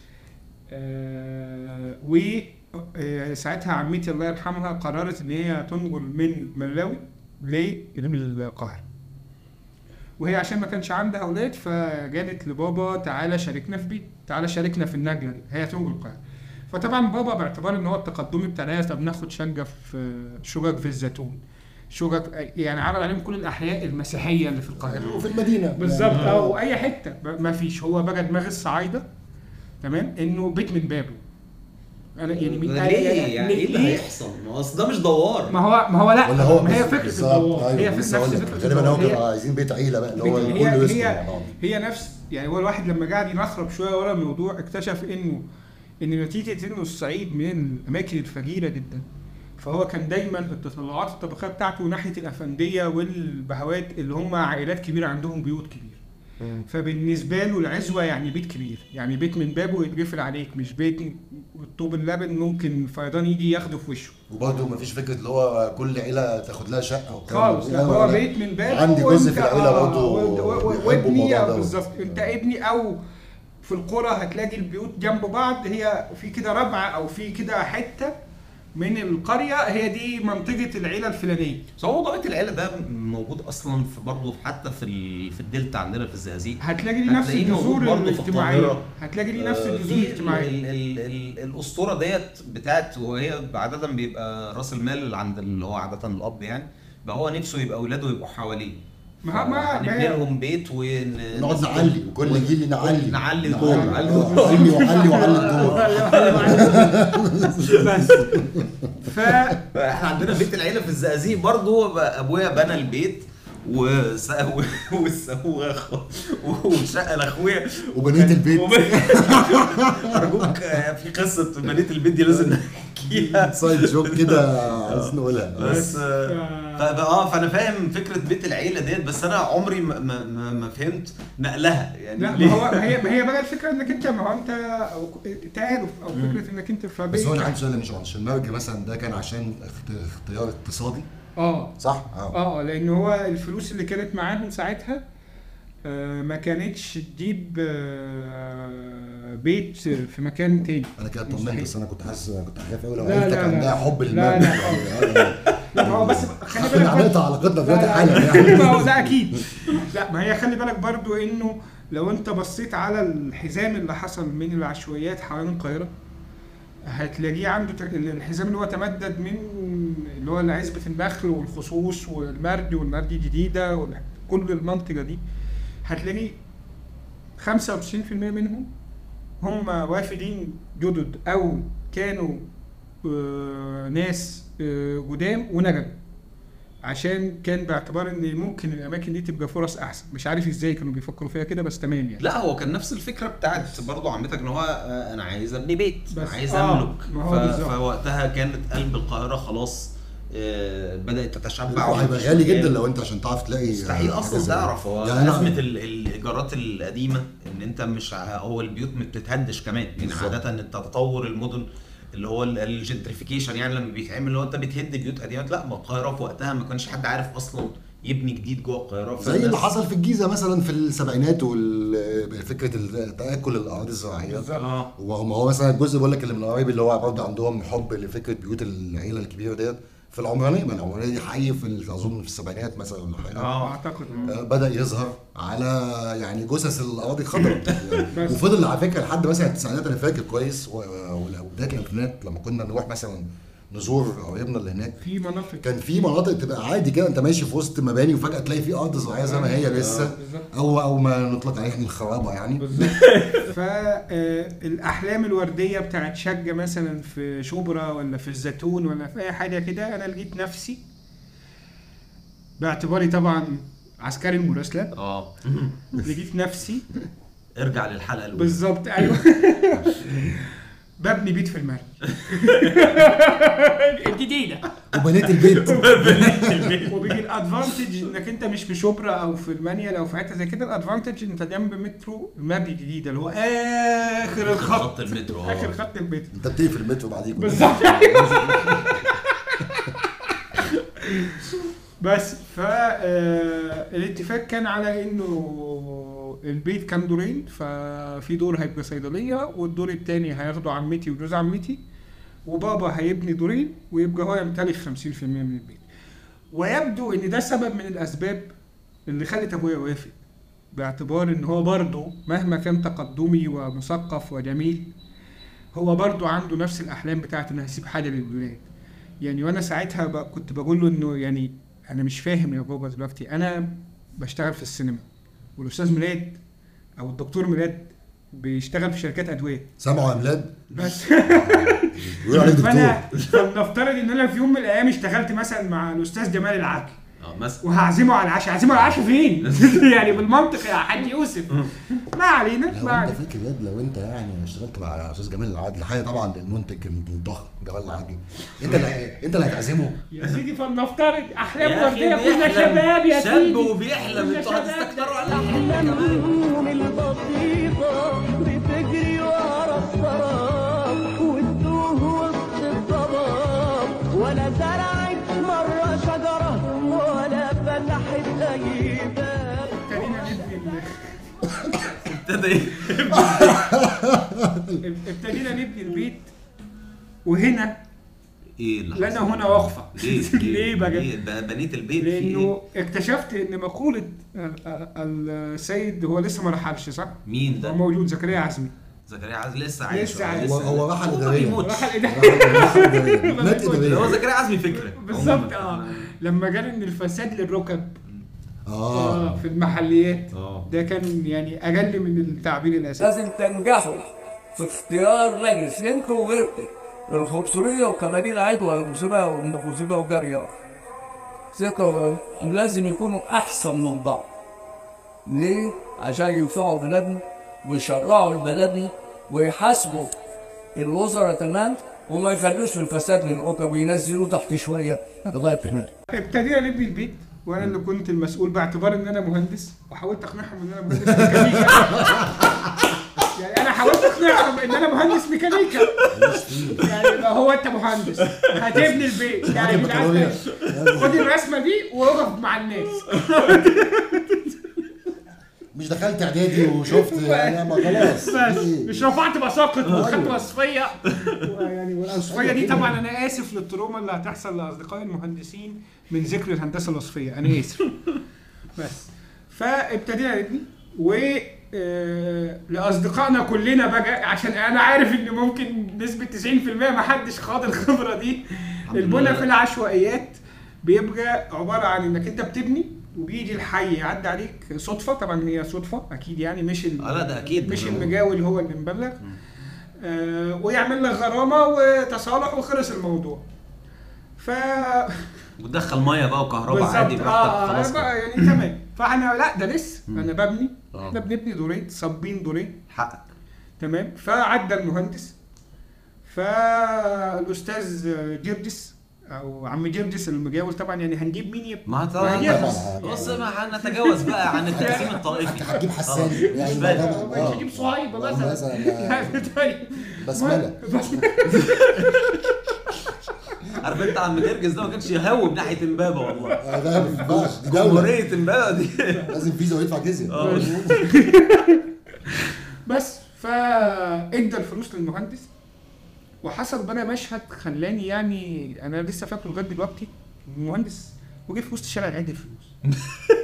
آه وساعتها عمتي الله يرحمها قررت ان هي تنقل من ملاوي للقاهره، وهي عشان ما كانش عندها اولاد فجالت لبابا تعالى شاركنا في بيت، تعالى شاركنا في النجله دي، هي تنقل القاهره. فطبعا بابا باعتبار ان هو التقدمي بتاعنا، طب ناخد شقه في شقق في الزيتون، شقق يعني عرض عليهم كل الاحياء المسيحيه اللي في القاهره وفي المدينه بالظبط او اي حته، ما فيش. هو بقى دماغ الصعايده تمام انه بيت من بابه. انا يعني ليه يعني ايه اللي هيحصل؟ ما هو اصل ده مش دوار. ما هو ما هو لا ولا هو ما هي فكره الدوار، أيوة هي في نفس فكره غالبا هم هي كانوا عايزين بيت عيله بقى اللي هو هي كله هي, يسكن هي, هي نفس يعني. هو الواحد لما قاعد ينخرب شويه ورا الموضوع اكتشف انه ان نتيجه انه الصعيد من الاماكن الفقيره جدا، فهو كان دايما التطلعات الطبقيه بتاعته ناحيه الافنديه والبهوات اللي هم عائلات كبيره عندهم بيوت كبيره. فبالنسبه له العزوه يعني بيت كبير، يعني بيت من بابه يتقفل عليك، مش بيت طوب اللبن ممكن فيضان يجي ياخده في وشه. وبرضه مفيش فكره اللي هو كل عيله تاخد لها شقه خالص، لا هو بيت من بابه. عندي جزء في العيله برضه وابني بالظبط، انت ابني. او في القرى هتلاقي البيوت جنب بعض، هي في كده ربعه او في كده حته من القريه هي دي منطقه العيله الفلانيه. بس هو موضوع العيله ده موجود اصلا في برضه حتى في في الدلتا عندنا في الزقازيق، هتلاقي لي نفس الجذور الاجتماعيه، هتلاقي لي نفس الجذور الاجتماعيه. الاسطوره ديت بتاعت، وهي عاده بيبقى راس المال اللي عند اللي هو عاده الاب يعني، بقى هو نفسه يبقى اولاده يبقوا حواليه، ما ما نبني لهم بيت ونقعد نعلي وكل جيل نعلي نعلي الدور نعلي وعلي وعلي وعلي الدور. بس فاحنا عندنا بيت العيله في الزقازيق برضه، ابويا بنى البيت والسوى وشقه لاخويا وبنيت البيت. ارجوك في قصه بنيت البيت دي لازم نحكيها، سايد جوب كده عايز نقولها. بس اه فانا فاهم فكره بيت العيله ديت، بس انا عمري ما ما, ما فهمت نقلها يعني. لا ما هو هي ما هي بقى الفكره انك انت، ما هو انت تعالوا او فكره انك انت في بس هو انا عندي سؤال مش عشان المرج مثلا ده كان عشان اختيار اقتصادي اه صح اه اه لان هو الفلوس اللي كانت معاهم ساعتها آه ما كانتش تجيب آه بيت في مكان تاني. انا كده طمنت، بس انا كنت حاسس كنت خايف قوي لو لا عيلتك لا عندها حب لا للمال. لا لا هو بس خلي بالك عملت علاقتنا دلوقتي حالا يعني. ما هو ده اكيد. لا ما هي خلي بالك برضو انه لو انت بصيت على الحزام اللي حصل من العشوائيات حوالين القاهره هتلاقيه عنده الحزام اللي هو تمدد من اللي هو عزبة النخل والخصوص والمرج والمرج الجديدة وكل المنطقة دي، هتلاقي خمسة وتسعين في المية منهم هم وافدين جدد أو كانوا آه ناس آه قدام ونجموا، عشان كان باعتبار ان ممكن الاماكن دي تبقى فرص احسن. مش عارف ازاي كانوا بيفكروا فيها كده، بس تمام يعني. لا هو كان نفس الفكره بتاعت برضه عمتك ان هو انا عايز ابني بيت، انا عايز آه املك. فوقتها كانت قلب القاهره خلاص آه بدات تتشبع، وهيبقى غالي جدا لو انت عشان تعرف تلاقي مستحيل اصلا تعرف. هو يعني ازمه الايجارات القديمه ان انت مش هو البيوت ما بتتهدش كمان يعني. عاده ان تطور المدن اللي هو الجنتريفيكيشن يعني لما بيتعمل اللي هو انت بتهد بيوت قديمه، لا ما القاهره في وقتها ما كانش حد عارف اصلا يبني جديد جوه القاهره، زي اللي حصل في الجيزه مثلا في السبعينات وفكره تاكل الاراضي الزراعيه. اه وما هو مثلا الجزء بقول لك اللي من قريب اللي هو برضه عندهم حب لفكره بيوت العيله الكبيره ديت في العمرانيه. ما العمرانيه دي حي في اظن في السبعينات مثلا ولا حاجه، اه اعتقد آه بدا يظهر على يعني جثث الاراضي الخضراء يعني. وفضل على فكره لحد مثلا التسعينات انا فاكر كويس، وبدايه الالفينات لما كنا نروح مثلا نزور قرايبنا اللي هناك في مناطق، كان في مناطق تبقى عادي كده انت ماشي في وسط مباني وفجاه تلاقي في ارض زراعيه زي ما هي لسه، او او ما نطلق عليها الخرابه يعني. فالاحلام الورديه بتاعت شقه مثلا في شبرا ولا في الزيتون ولا في اي حاجه كده، انا لقيت نفسي باعتباري طبعا عسكري المراسله اه لقيت نفسي ارجع للحلقه الاولى بالظبط ايوه. ببني بيت في المرج الجديده وبنيت البيت. وبيجي الادفانتج انك انت مش في شبرا او في المانيال او في حته زي كده. الادفانتج انت جنب مترو المبنى الجديد اللي هو اخر الخط، خط المترو اه اخر خط البيت انت بتقفل المترو بعديك بالظبط. بس فالاتفاق كان على انه البيت كان دورين، ففي دور هيبقى صيدليه والدور الثاني هياخده عمتي وجوز عمتي، وبابا هيبني دورين ويبقى هو يمتلك خمسين في المية من البيت. ويبدو ان ده سبب من الاسباب اللي خلت ابويا يوافق، باعتبار ان هو برضه مهما كان تقدمي ومثقف وجميل هو برضه عنده نفس الاحلام بتاعت انه هيسيب حاجه للولاد. يعني وانا ساعتها ب... كنت بقول له انه يعني انا مش فاهم يا بابا دلوقتي، انا بشتغل في السينما والاستاذ ميلاد او الدكتور ميلاد بيشتغل في شركات ادويه. سامعوا يا ميلاد؟ بس بيقولوا عليك دكتور. فانا فلنفترض ان انا في يوم من الايام اشتغلت مثلا مع الاستاذ جمال العدل اه مثلا وهعزمه على العشاء، هعزمه على العشاء فين؟ يعني بالمنطق يا حاج يوسف. ما علينا لو ما انت علينا. فاكر ياد، لو انت يعني اشتغلت مع استاذ جمال العدل، حاجه طبعا المنتج الضخم جمال العدل، انت اللي انت اللي هتعزمه يا سيدي فلنفترض احلام يا أخي ورديه، كنا بيحلم. شباب يا سيدي، شاب وبيحلم، كنا انتوا شباب. هتستكتروا على احلام كمان. البسيطة بتجري ورا السراب وتتوه وسط الضباب، ولا زرعت مرة شجرة ولا فتحت أي باب. ابتدينا نبني ابتدى ابتدينا نبني البيت. وهنا ايه اللي لنا حصل؟ هنا وقفه. ليه ليه بقى؟ ليه بنيت البيت في لانه ايه؟ اكتشفت ان مقوله السيد هو لسه ما رحلش صح؟ مين هو ده؟ موجود، زكريا عزمي زكريا عزمي لسه عايش. لسه عايش. هو هو راح الاداريه. بيموت. راح الإدارة. راح الاداريه مات هو اداريه. زكريا عزمي فكره بالظبط اه. لما قال ان الفساد للركب اه اه في المحليات اه ده كان يعني اقل من التعبير الاساسي. لازم تنجحوا في اختيار رئيس انتوا وغيركم. الخمسمية وثمانين عضو المسابقة والمسابقة وجارية ثقة لازم يكونوا أحسن من بعض. ليه؟ عشان ينفعوا بلدنا ويشرعوا بلدنا ويحاسبوا الوزراء تمام وما يخلوش الفساد للركب وينزلوا تحت شوية لغاية هنا. ابتدينا نبني البيت وانا اللي كنت المسؤول باعتبار ان انا مهندس، وحاولت اقنعهم ان انا مهندس ميكانيكا. يعني انا حاولت اقنعهم ان انا مهندس ميكانيكا. يعني يبقى هو انت مهندس هتبني البيت، يعني بالعكس خد الرسمه دي ووقف مع الناس. مش دخلت اعدادي وشفت يعني ما خلاص بس إيه؟ مش رفعت بساقط وخدت وصفيه. يعني والوصفيه دي طبعا انا اسف للتروما اللي هتحصل لاصدقائي المهندسين من ذكر الهندسه الوصفيه، انا اسف. بس فابتدينا نبني و آه، لاصدقائنا كلنا بقى، عشان انا عارف ان ممكن نسبه تسعين في المية ما حدش خاض الخبره دي. البنى في العشوائيات بيبقى عباره عن انك انت بتبني وبيجي الحي يعدي عليك صدفه، طبعا هي صدفه اكيد يعني مش ال... اه لا ده اكيد مش المجاول هو اللي مبلغ، آه ويعمل لك غرامه وتصالح وخلص الموضوع. ف وتدخل ميه بقى وكهرباء عادي بالظبط. براحتك اه خلاص بقى كده. يعني تمام. فاحنا لا ده لسه انا ببني، آه. احنا بنبني دورين صابين دورين حقك. تمام. فعدى المهندس، فالاستاذ جردس او عم جردس المجاول طبعا، يعني هنجيب مين يبقى ما طبعا طبعا. بص ما هنتجاوز بقى عن التقسيم الطائفي. هتجيب حسان آه. يعني مش فاهم. طبعاً. آه. مش هجيب صهيب آه، مثلا مثلا طيب بسمله. عارف انت عم جرجس ده ما كانش يهوب ناحيه امبابه والله. آه، ده ما ينفعش، دي دوله جمهوريه امبابه دي. لازم فيزا ويدفع جزيه. آه. بس فادى الفلوس للمهندس. وحصل بقى مشهد خلاني يعني انا لسه فاكره لغايه دلوقتي. المهندس وجه في وسط الشارع يعد الفلوس.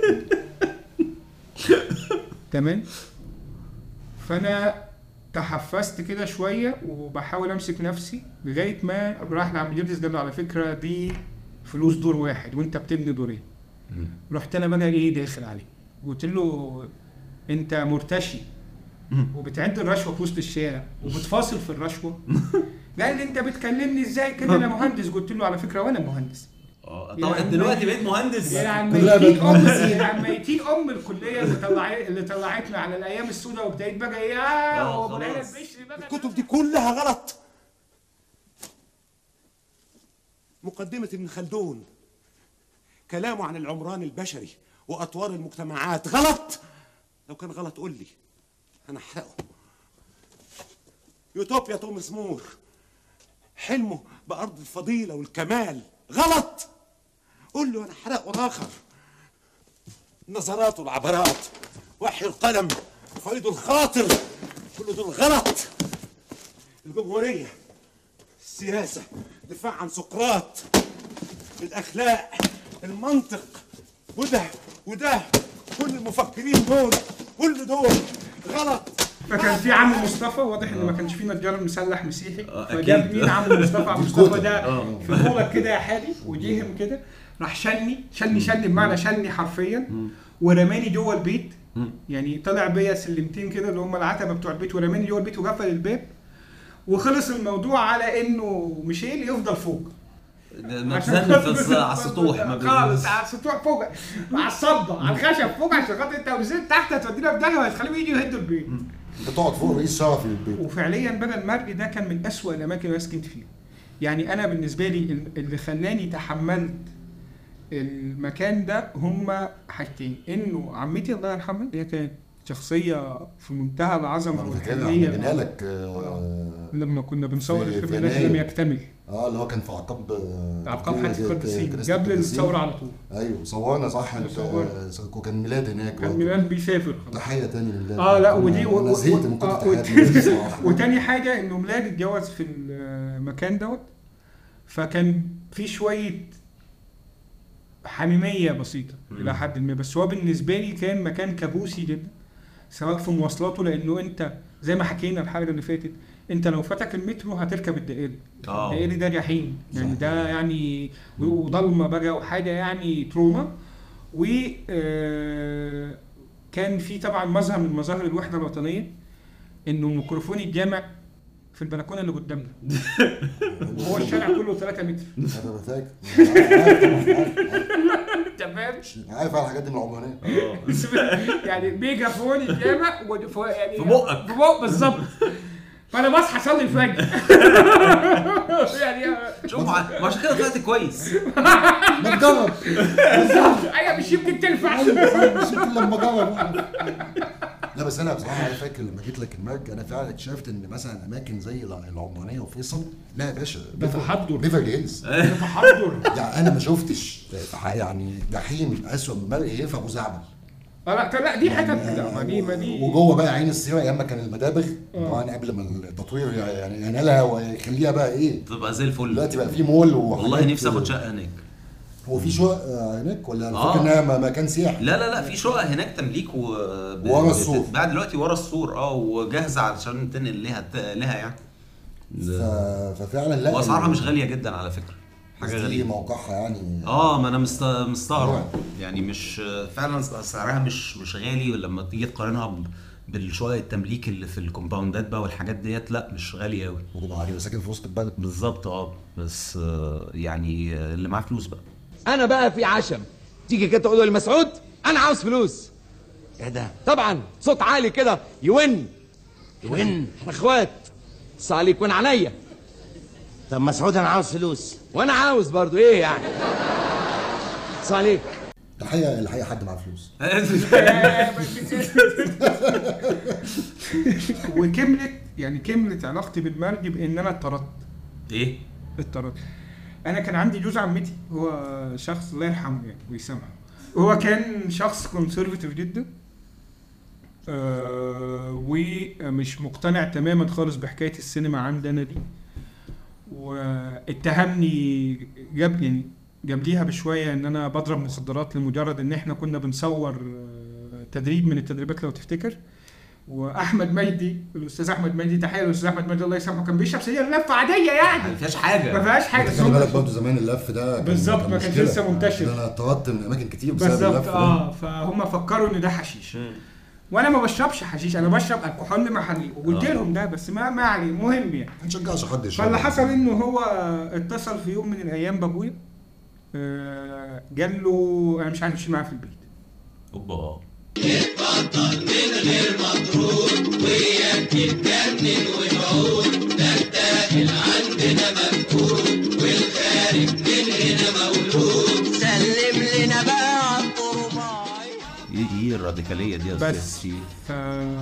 تمام. فانا تحفزت كده شويه وبحاول امسك نفسي لغايه ما راح لعم جيرجس قال له على فكره دي فلوس دور واحد وانت بتبني دورين. رحت انا بقى ايه داخل عليه قلت له انت مرتشي وبتعد الرشوه في وسط الشارع وبتفاصل في الرشوه. قال لي انت بتكلمني ازاي كده انا مهندس. قلت له على فكره وانا مهندس اه طبعا دلوقتي بقيت مهندس. يعني ميتين ام يعني ميتين ام الكليه اللي طلعت اللي طلعتنا على الايام السوداء وبدايه بقى يا ابو العيله البشري بقى. الكتب دي كلها غلط. مقدمة ابن خلدون كلامه عن العمران البشري واطوار المجتمعات غلط. لو كان غلط قول لي انا احرقه. يوتوبيا توماس مور حلمه بارض الفضيله والكمال غلط. قول له انا احرقه اخر. النظرات والعبرات وحي القلم فيض الخاطر كل دول غلط. الجمهوريه السياسه دفاع عن سقراط الاخلاق المنطق وده وده كل المفكرين دول كل دول غلط. فكان في عم مصطفى واضح ان ما كانش في نجار مسلح مسيحي فجاب مين عم مصطفى. عم مصطفى ده في طولك كده يا حالي وجيهم كده راح شلني شلني شلني بمعنى شلني حرفيا ورماني جوه البيت. يعني طلع بيا سلمتين كده اللي هم العتبه بتوع البيت ورماني جوه البيت وقفل الباب وخلص الموضوع على انه ميشيل يفضل فوق. متزنق على السطوح خالص على السطوح فوق على الصبه على الخشب فوق عشان خاطر انت لو نزلت تحت هتودينا في داهيه وهتخليهم يجوا يهدوا البيت. انت تقعد فوق رئيس شرف البيت. وفعليا بقى المرج ده كان من اسوأ الاماكن اللي انا سكنت فيها. يعني انا بالنسبه لي اللي خلاني تحملت المكان ده هما حاجتين. انه عمتي الله يرحمها هي كانت شخصيه في منتهى العظمه والحنيه. انا لك لما كنا بنصور الفيلم ده لم يكتمل اه اللي هو كان في عقاب عقاب حادث القدسين قبل الثوره على طول. ايوه صورنا صح. وكان ميلاد هناك كان ميلاد بيسافر تحيه تاني لميلاد. اه لا ودي انا زهقت من كتر التحيات. وتاني حاجه انه ميلاد اتجوز في المكان دوت فكان في شويه حميميه بسيطه الى حد ما. بس هو بالنسبه لي كان مكان كابوسي جدا سواء في مواصلاته لانه انت زي ما حكينا الحلقه اللي فاتت انت لو فاتك المترو هتركب الدائري. الدائري ده جحيم يعني ده يعني وضلمه بقى وحاجه يعني تروما. و كان في طبعا مظهر من مظاهر الوحده الوطنيه انه الميكروفون الجامع في البلكونه اللي قدامنا وهو الشارع كله ثلاثة متر. انا فاكر تمام عارف على الحاجات دي من العمرانيه. يعني ميجافون الجامع يعني في بقك في بق بالظبط. فانا بصحى اصلي الفجر يعني شوف عشان كده طلعت كويس. ما تجرب ايوه مش يمكن تنفع مش يمكن لما اجرب. لا بس انا بصراحه انا فاكر لما جيت لك المرج انا فعلا اكتشفت ان مثلا اماكن زي العمرانيه وفيصل لا يا باشا ده تحضر بيفرلي هيلز ده تحضر. يعني انا ما شفتش يعني جحيم اسوء من مرج ايه في ابو زعبل. اه لا لا دي حاجه لا دي ما دي وجوه بقى عين السيره ايام ما كان المدابغ طبعا قبل ما التطوير يعني ينالها ويخليها بقى ايه تبقى زي الفل. دلوقتي بقى في مول والله نفسي اخد شقه هناك. هو في شقق هناك ولا انا فاكر انها مكان سياحي؟ لا لا لا في شقق هناك تمليك و ورا السور بعد دلوقتي ورا السور اه وجاهزه علشان تنقل لها لها يعني. ففعلا لا واسعارها مش غاليه جدا على فكره. حاجه غريبه موقعها يعني اه ما انا مستغرب يعني مش فعلا سعرها مش مش غالي ولما تيجي تقارنها بالشقق التمليك اللي في الكومباوندات بقى والحاجات ديت لا مش غاليه قوي. وجوه عالي وساكن في وسط البلد بالظبط اه بس يعني اللي معاه فلوس بقى. انا بقى في عشم تيجي كده تقول لي مسعود انا عاوز فلوس. ايه ده؟ طبعا صوت عالي كده يون يون احنا اخوات بص عليك وين عليا. طب مسعود انا عاوز فلوس وانا عاوز برضو ايه يعني بص عليك. الحقيقه الحقيقه حد معاه فلوس. وكملت يعني كملت علاقتي بالمرج بان انا اتطردت. ايه؟ اتطردت. انا كان عندي جوز عمتي هو شخص الله يرحمه يعني ويسامحه. هو كان شخص كونسرفتيف جدا آه ومش مقتنع تماما خالص بحكايه السينما عندنا دي. واتهمني جاب يعني قبليها بشويه ان انا بضرب مخدرات لمجرد ان احنا كنا بنصور تدريب من التدريبات لو تفتكر. واحمد مجدي الاستاذ احمد مجدي تحيه الاستاذ احمد مجدي الله يسامحه كان بيشرب سجاير لفه عاديه يعني ما فيهاش حاجه ما فيهاش حاجه. خلي بالك برضه زمان اللف ده بالظبط ما كانش لسه منتشر. انا اتطردت من اماكن كتير بسبب اللف بالظبط اه فهم فكروا ان ده حشيش وانا ما بشربش حشيش انا بشرب الكحول محلي وقلت لهم ده بس ما ما عليه مهم يعني ما نشجعش حد يشرب. فاللي حصل انه هو اتصل في يوم من الايام بابويا آه جاله انا مش عارف امشي معاه في البيت. اوبا اتفضل من غير مطرود وياك تتجنن وتعود، ده الداخل عندنا مفقود والخارج من هنا مولود. سلم لنا بقى على الطرباي. ايه الراديكاليه دي يا بس ف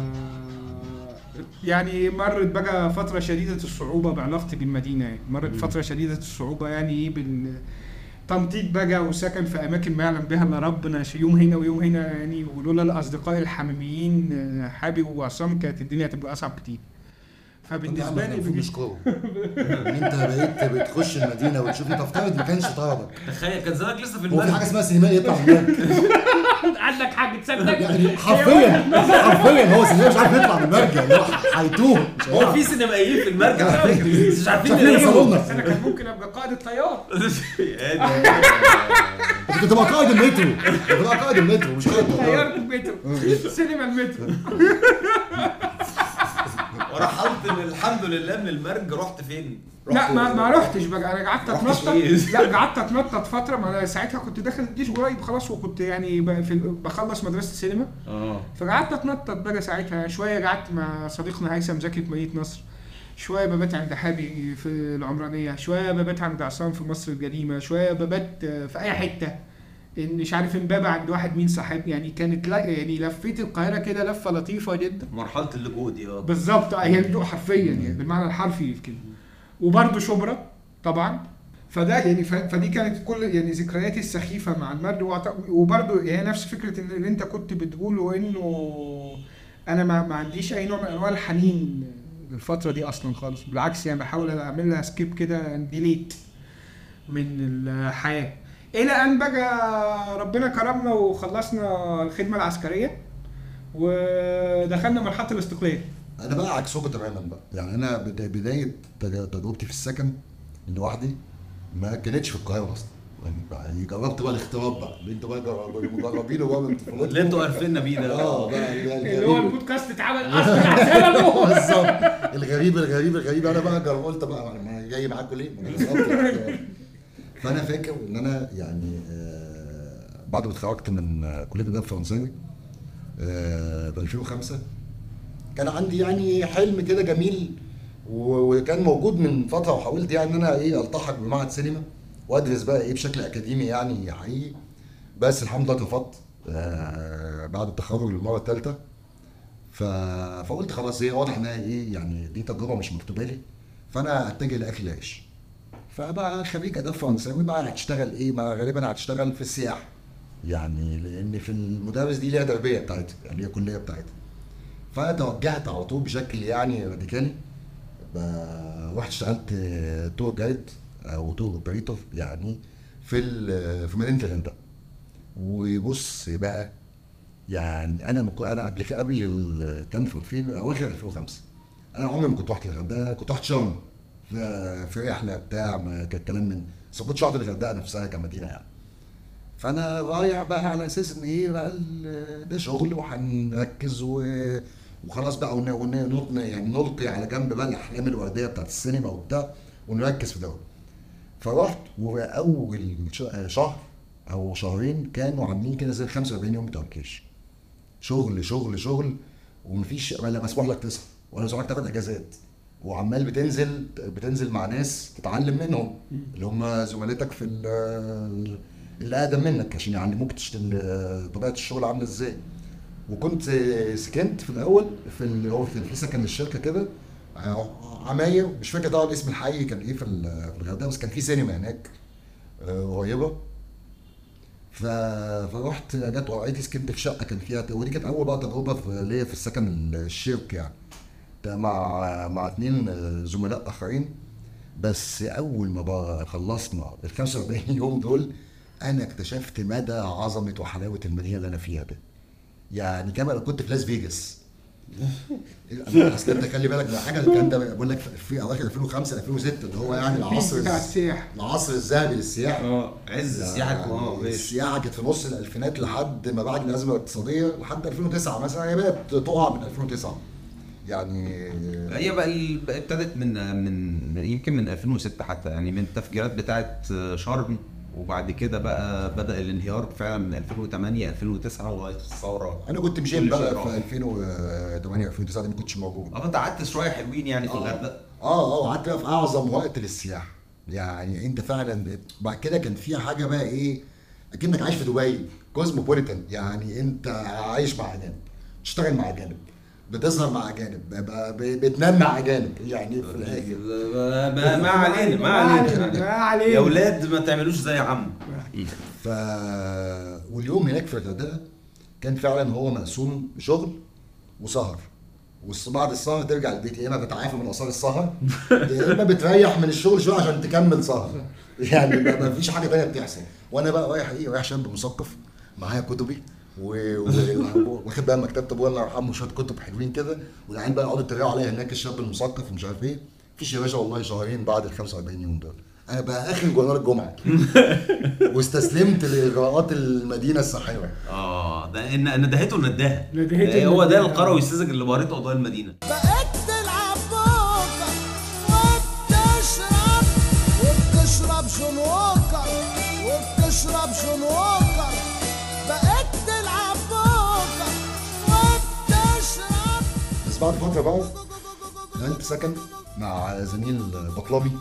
يعني مرت بقى فترة شديدة الصعوبة بعلاقتي بالمدينة، يعني مرت فترة شديدة الصعوبة يعني ايه بال تنطيط بقى وسكن في اماكن ما يعلم بها الا ربنا، يوم هنا ويوم هنا يعني، ولولا الاصدقاء الحميميين حابي وعصام كانت الدنيا هتبقى اصعب كتير. فبالنسبه لي بنشكره ان انت بقيت بتخش المدينه وتشوف، انت افترض ما كانش طلبك، تخيل كان زمانك لسه في هو في المرج. حاجه اسمها سينمائي يطلع من المرج عندك حاجه تصدق يعني حرفيا حرفيا هو سينمائي مش عارف يطلع من المرج، يعني هو هيتوه. هو في سينمائيين في المرج على فكره بس مش عارفين نلاقيهم. انا كان ممكن ابقى قائد الطيار. انت كنت بقى قائد المترو، كنت بقى قائد المترو مش قائد الطيار. طيارة المترو، سينما المترو. ورحلت من الحمد لله من المرج. رحت فين؟ لا ما ما رحتش بقى، انا قعدت اتنطط. لا قعدت اتنطط فتره، ما انا ساعتها كنت داخل الجيش قريب خلاص، وكنت يعني ب- في بخلص مدرسه السينما. اه فقعدت اتنطط بقى ساعتها شويه، قعدت مع صديقنا هيثم زكي في مدينه نصر، شويه ببات عند حابي في العمرانيه، شويه ببات عند عصام في مصر القديمه، شويه ببات في اي حته، ان مش عارف امبابه عند واحد مين صاحب يعني. كانت لا يعني لفيت القاهره كده لفه لطيفه جدا. مرحله اللجوء دي اه بالظبط هي اللجوء حرفيا يعني بالمعنى الحرفي للكلمه. وبرده شبرا طبعا. فده يعني ف- فدي كانت كل يعني ذكرياتي السخيفه مع المرج. وبرده هي نفس فكره ان اللي انت كنت بتقوله، انه انا ما, ما عنديش اي نوع من انواع الحنين للفتره دي اصلا خالص، بالعكس يعني بحاول اعمل لها سكيب كده، ديليت من الحياه، الى ان بقى ربنا كرمنا وخلصنا الخدمه العسكريه ودخلنا مرحله الاستقلال. انا بقى عكسكم تماما بقى، يعني انا بدا- بدايه تج- تجربتي في السكن لوحدي ما كانتش في القاهره اصلا، يعني جربت بقى الاختراق بقى اللي انتوا بقى جر- مجربينه بقى من طفولتكم اللي انتوا عارفيننا بيه ده. اه بقى اللي هو البودكاست اتعمل اصلا عشانه. بالظبط. الغريب الغريب الغريب انا بقى جر- قلت بقى انا جاي معاكم ليه؟ ما أنا جربت. فانا فاكر ان انا يعني آه، بعد ما اتخرجت من آه، كليه الاداب الفرنساوي آه، في ألفين وخمسة كان عندي يعني حلم كده جميل، و- وكان موجود من فتره، وحاولت يعني ان انا ايه التحق بمعهد سينما وادرس بقى ايه بشكل اكاديمي يعني حقيقي، بس الحمد لله اترفضت آه، بعد التخرج للمره الثالثه. ف... فقلت خلاص ايه واضح انها ايه يعني دي تجربه مش مكتوبه لي، فانا اتجه لاكل العيش. فبقى خريج اداب فرنساوي بقى هتشتغل ايه؟ ما غالبا هتشتغل في السياحه، يعني لان في المدارس دي ليها تربيه بتاعتها، يعني ليها كليه بتاعتها. فتوجهت على طول بشكل يعني راديكالي، ب- رحت اشتغلت تور جايد او تور اوبريتور يعني في ال- في مدينه الغردقه. وبص بقى يعني انا مك... انا قبل كده قبل ال- كان في ألفين اواخر ألفين وخمسة انا عمري ما كنت رحت الغردقه، كنت رحت شرم في في رحله بتاع ما كان كلام من، بس ما كنتش رحت الغردقه نفسها كمدينه يعني. فانا رايح بقى على اساس ان ايه بقى ال- ده شغل وهنركز و- وخلاص بقى ون- ون- ون- يعني نلقي على جنب بقى الاحلام الورديه بتاعت السينما وبتاع ونركز في ده. فرحت واول ش- شهر او شهرين كانوا عاملين كده زي ال خمسة وأربعين يوم بتوع الجيش، شغل شغل شغل، ومفيش ولا مسموح لك تصحى ولا مسموح لك تاخد اجازات، وعمال بتنزل بتنزل مع ناس تتعلم منهم اللي هم زملاتك في ال- اللي اقدم منك عشان يعلموك تشتغل طبيعه الشغل عامله ازاي. وكنت سكنت في الاول في ال- هو في سكن الشركه كده عمايه، مش فاكر طبعا اسم الحي كان ايه في ال- في الغردقه، بس كان في سينما هناك آه، قريبه. ف... فرحت جت وقعتي سكنت في شقه كان فيها، ودي كانت اول بقى تجربه في ليا في السكن الشركه يعني، ده مع مع اتنين زملاء اخرين. بس اول ما بقى خلصنا ال خمسة وأربعين يوم دول انا اكتشفت مدى عظمه وحلاوه المدينه اللي انا فيها ده، يعني كما لو كنت في لاس فيجاس. اصل انت خلي بالك من حاجه، الكلام ده بقول لك في اواخر ألفين وخمسة ألفين وستة اللي هو يعني العصر بتاع السياحه، العصر الذهبي للسياحه. اه عز السياحه اه السياحه كانت في نص الالفينات لحد ما بعد الازمه الاقتصاديه لحد ألفين وتسعة مثلا، هي بدات تقع من ألفين وتسعة يعني. هي بقى ال- بقى ابتدت من من من- يمكن من ألفين وستة حتى، يعني من التفجيرات بتاعت شرم وبعد كده بقى بدا الانهيار فعلا من ألفين وتمانية ألفين وتسعة لغايه الثوره. انا كنت مشيت بقى في ألفين وتمانية ألفين وتسعة دي ما كنتش موجود. اه انت قعدت شويه حلوين يعني في الغردقه. اه اه قعدت بقى في اعظم وقت للسياحه، يعني انت فعلا بعد كده كان في حاجه بقى ايه، اكنك عايش في دبي كوزموبوليتان، يعني انت عايش مع اجانب، بتشتغل مع اجانب، بتسهر مع اجانب، بتنام مع اجانب، يعني في الاخر ما, ما علينا ما علينا ما علينا يا اولاد ما تعملوش زي عمو. ف واليوم هناك في الغردقه كان فعلا هو مقسوم شغل وسهر، وبعد السهر ترجع البيت، يا اما بتعافى من اثار السهر يا اما بتريح من الشغل شويه عشان تكمل سهر، يعني ما فيش حاجه ثانيه بتحصل. وانا بقى رايح ايه، رايح شاب مثقف معايا كتبي واخد بقى مكتبه ابويا الله يرحمه شويه كتب حلوين كده، والعيال بقى يقعدوا يتريقوا عليا هناك الشاب المثقف ومش عارف ايه. مفيش يا باشا والله شهرين بعد ال خمسة وأربعين يوم دول انا بقى اخر جورنال الجمعه واستسلمت لاغراءات المدينه الساحره. اه ده ان ندهته نداها، ندهته هو ده النداهة. القروي السذج اللي وريته قضايا المدينه. بقيت تلعب بوكر وبتشرب وبتشرب جون ووكر وبتشرب جون ووكر. بقيت تلعب بوكر وبتشرب. بس بعد فتره بقى نقلت سكن مع زميل بطلبي